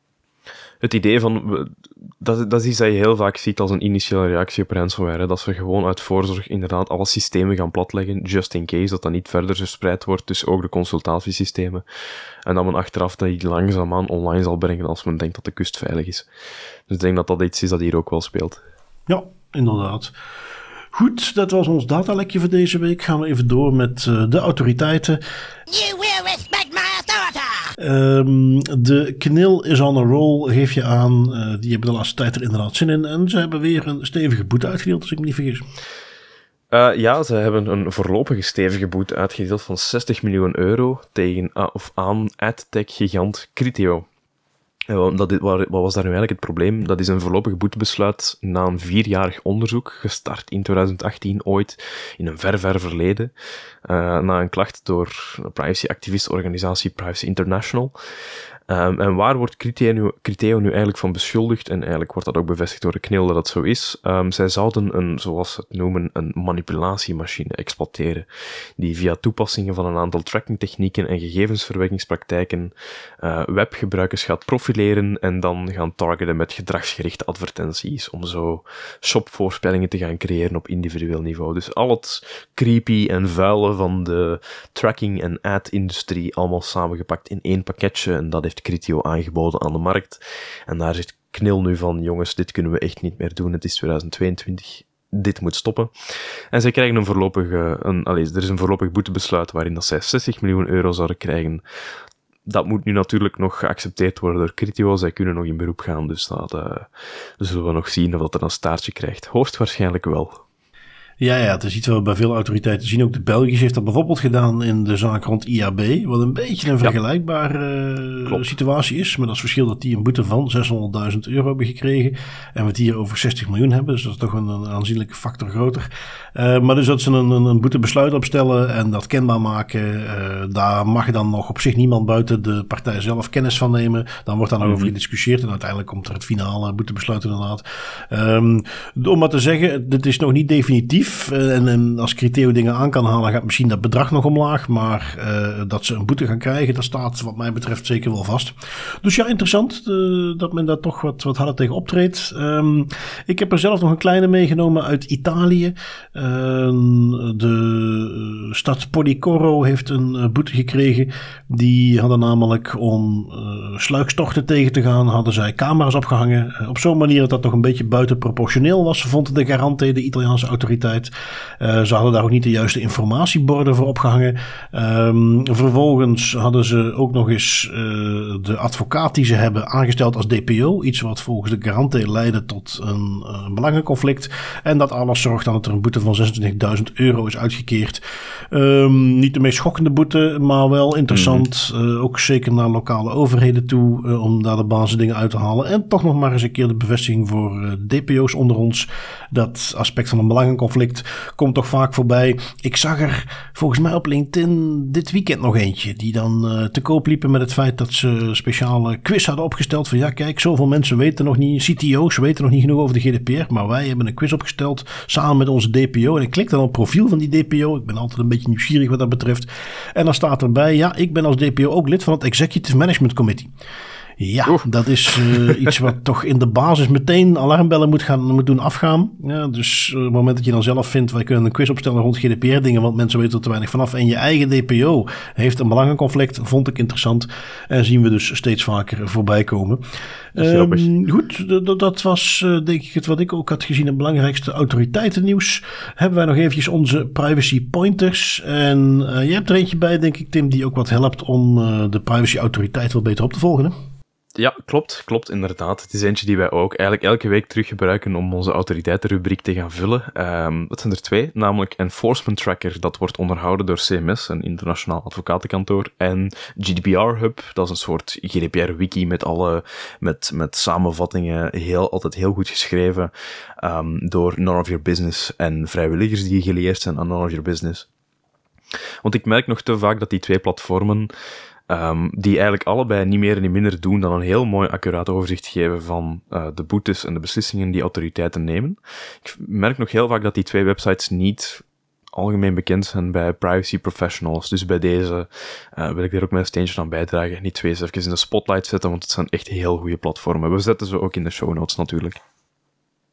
Het idee van, dat, dat is iets dat je heel vaak ziet als een initiële reactie op ransomware, hè, dat ze gewoon uit voorzorg inderdaad alle systemen gaan platleggen, just in case dat dat niet verder verspreid wordt, dus ook de consultatiesystemen. En dat men achteraf dat die langzaamaan online zal brengen als men denkt dat de kust veilig is. Dus ik denk dat dat iets is dat hier ook wel speelt. Ja, inderdaad. Goed, dat was ons datalekje voor deze week. Gaan we even door met uh, de autoriteiten. You will respect Um, de knil is on a roll, geef je aan. Uh, die hebben de laatste tijd er inderdaad zin in. En ze hebben weer een stevige boete uitgedeeld, als ik me niet vergis. Uh, ja, ze hebben een voorlopige stevige boete uitgedeeld van zestig miljoen euro tegen uh, of aan adtech-gigant Criteo. Uh, dat, wat was daar nu eigenlijk het probleem? Dat is een voorlopig boetebesluit na een vierjarig onderzoek, gestart in twintig achttien ooit, in een ver, ver verleden, uh, na een klacht door de privacy-activistorganisatie Privacy International. Um, en waar wordt Criteo nu, Criteo nu eigenlijk van beschuldigd? En eigenlijk wordt dat ook bevestigd door de knil dat dat zo is. Um, zij zouden een, zoals ze het noemen, een manipulatiemachine exploiteren, die via toepassingen van een aantal trackingtechnieken en gegevensverwerkingspraktijken uh, webgebruikers gaat profileren en dan gaan targeten met gedragsgerichte advertenties, om zo shopvoorspellingen te gaan creëren op individueel niveau. Dus al het creepy en vuile van de tracking- en ad-industrie allemaal samengepakt in één pakketje, en dat heeft Criteo aangeboden aan de markt. En daar zit knil nu van, jongens, dit kunnen we echt niet meer doen, het is twintig tweeëntwintig, dit moet stoppen. En zij krijgen een voorlopig, een, allez, er is een voorlopig boetebesluit waarin dat zij zestig miljoen euro zouden krijgen. Dat moet nu natuurlijk nog geaccepteerd worden door Criteo, zij kunnen nog in beroep gaan, dus dat uh, zullen we nog zien of dat er een staartje krijgt. Hoogstwaarschijnlijk wel. Ja, ja, het is iets wat we bij veel autoriteiten zien. Ook de Belgische heeft dat bijvoorbeeld gedaan in de zaak rond I A B, wat een beetje een vergelijkbare uh, situatie is. Maar dat is het verschil dat die een boete van zeshonderdduizend euro hebben gekregen en we het hier over zestig miljoen hebben. Dus dat is toch een, een aanzienlijke factor groter. Uh, maar dus dat ze een, een, een boetebesluit opstellen en dat kenbaar maken, uh, daar mag dan nog op zich niemand buiten de partij zelf kennis van nemen. Dan wordt daar nog mm-hmm. over gediscussieerd en uiteindelijk komt er het finale boetebesluit inderdaad. Um, om maar te zeggen, dit is nog niet definitief. En, en als Criteo dingen aan kan halen, gaat misschien dat bedrag nog omlaag. Maar uh, dat ze een boete gaan krijgen, dat staat wat mij betreft zeker wel vast. Dus ja, interessant uh, dat men daar toch wat, wat harder tegen optreedt. Um, ik heb er zelf nog een kleine meegenomen uit Italië. Uh, de stad Policoro heeft een uh, boete gekregen. Die hadden namelijk om uh, sluikstochten tegen te gaan, hadden zij camera's opgehangen. Uh, op zo'n manier dat dat nog een beetje buitenproportioneel was, vond de garante, de Italiaanse autoriteit. Uh, ze hadden daar ook niet de juiste informatieborden voor opgehangen. Um, vervolgens hadden ze ook nog eens uh, de advocaat die ze hebben aangesteld als D P O. Iets wat volgens de garante leidde tot een, een belangenconflict. En dat alles zorgt dan dat er een boete van zesentwintigduizend euro is uitgekeerd. Um, niet de meest schokkende boete, maar wel interessant. Mm-hmm. Uh, ook zeker naar lokale overheden toe uh, om daar de basisdingen uit te halen. En toch nog maar eens een keer de bevestiging voor uh, D P O's onder ons. Dat aspect van een belangenconflict komt toch vaak voorbij. Ik zag er volgens mij op LinkedIn dit weekend nog eentje die dan uh, te koop liepen met het feit dat ze een speciale quiz hadden opgesteld van ja kijk, zoveel mensen weten nog niet, C T O's weten nog niet genoeg over de G D P R, maar wij hebben een quiz opgesteld samen met onze D P O en ik klik dan op het profiel van die D P O. Ik ben altijd een beetje nieuwsgierig wat dat betreft. En dan staat erbij, ja, ik ben als D P O ook lid van het Executive Management Committee. Ja, Oeh. dat is uh, iets wat toch in de basis meteen alarmbellen moet, gaan, moet doen afgaan. Ja, dus uh, op het moment dat je dan zelf vindt, wij kunnen een quiz opstellen rond G D P R dingen, want mensen weten er te weinig vanaf. En je eigen D P O heeft een belangenconflict, vond ik interessant. En zien we dus steeds vaker voorbij komen. Um, goed, d- dat was uh, denk ik het wat ik ook had gezien, het belangrijkste autoriteitennieuws. Hebben wij nog eventjes onze privacy pointers. En uh, jij hebt er eentje bij, denk ik, Tim, die ook wat helpt om uh, de privacy autoriteit wel beter op te volgen, hè? Ja, klopt, klopt, inderdaad. Het is eentje die wij ook eigenlijk elke week terug gebruiken om onze autoriteitenrubriek te gaan vullen. Um, dat zijn er twee, namelijk Enforcement Tracker, dat wordt onderhouden door C M S, een internationaal advocatenkantoor, en G D P R Hub, dat is een soort G D P R-wiki met alle, met, met samenvattingen, heel, altijd heel goed geschreven, um, door None of Your Business en vrijwilligers die geleerd zijn aan None of Your Business. Want ik merk nog te vaak dat die twee platformen Um, die eigenlijk allebei niet meer en niet minder doen dan een heel mooi accuraat overzicht geven van uh, de boetes en de beslissingen die autoriteiten nemen. Ik merk nog heel vaak dat die twee websites niet algemeen bekend zijn bij privacy professionals. Dus bij deze uh, wil ik er ook mijn steentje aan bijdragen en die twee eens even in de spotlight zetten, want het zijn echt heel goede platformen. We zetten ze ook in de show notes natuurlijk.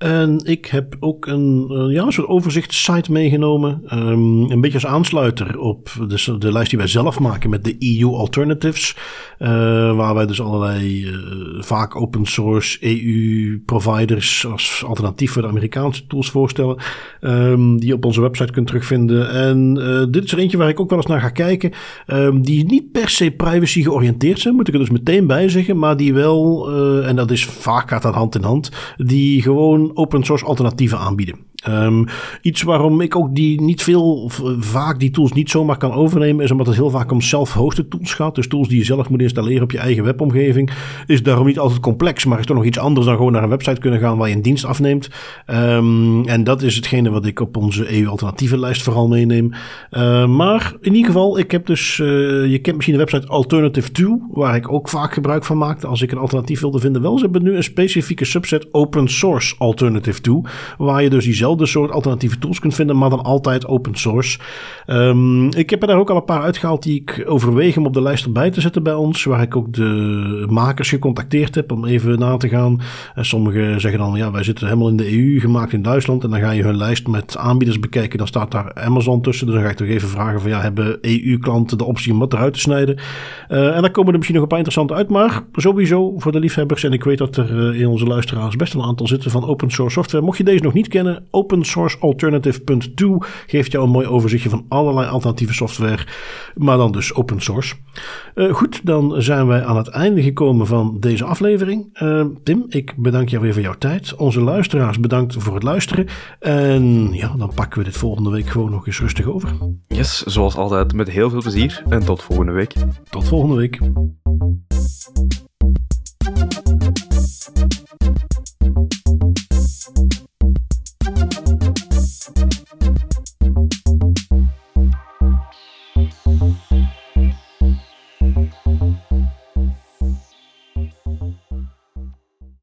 En ik heb ook een, uh, ja, een soort overzichtssite meegenomen. Um, een beetje als aansluiter op de, de lijst die wij zelf maken met de E U Alternatives. Uh, waar wij dus allerlei uh, vaak open source E U providers als alternatief voor de Amerikaanse tools voorstellen. Um, die je op onze website kunt terugvinden. En uh, dit is er eentje waar ik ook wel eens naar ga kijken. Um, die niet per se privacy georiënteerd zijn, moet ik er dus meteen bij zeggen. Maar die wel, uh, en dat is vaak gaat dat hand in hand, die gewoon open source alternatieven aanbieden. Um, iets waarom ik ook die niet veel, v- vaak die tools niet zomaar kan overnemen, is omdat het heel vaak om self-hosted tools gaat. Dus tools die je zelf moet installeren op je eigen webomgeving. Is daarom niet altijd complex, maar is toch nog iets anders dan gewoon naar een website kunnen gaan waar je een dienst afneemt. Um, en dat is hetgene wat ik op onze E U-alternatievenlijst vooral meeneem. Uh, maar in ieder geval, ik heb dus, uh, je kent misschien de website Alternative two, waar ik ook vaak gebruik van maakte als ik een alternatief wilde vinden. Wel, ze hebben nu een specifieke subset Open Source Alternative two, waar je dus diezelfde de soort alternatieve tools kunt vinden, maar dan altijd open source. Um, ik heb er daar ook al een paar uitgehaald die ik overweeg om op de lijst erbij te zetten bij ons, waar ik ook de makers gecontacteerd heb om even na te gaan. En sommigen zeggen dan, ja, wij zitten helemaal in de E U, gemaakt in Duitsland, en dan ga je hun lijst met aanbieders bekijken, dan staat daar Amazon tussen, dus dan ga ik toch even vragen van, ja, hebben E U-klanten de optie om wat eruit te snijden? Uh, en dan komen er misschien nog een paar interessante uit, maar sowieso voor de liefhebbers, en ik weet dat er uh, in onze luisteraars best wel een aantal zitten van open source software. Mocht je deze nog niet kennen, open source alternative punt to geeft jou een mooi overzichtje van allerlei alternatieve software, maar dan dus open source. Uh, goed, dan zijn wij aan het einde gekomen van deze aflevering. Uh, Tim, ik bedank jou weer voor jouw tijd. Onze luisteraars bedankt voor het luisteren. En ja, dan pakken we dit volgende week gewoon nog eens rustig over. Yes, zoals altijd met heel veel plezier en tot volgende week. Tot volgende week.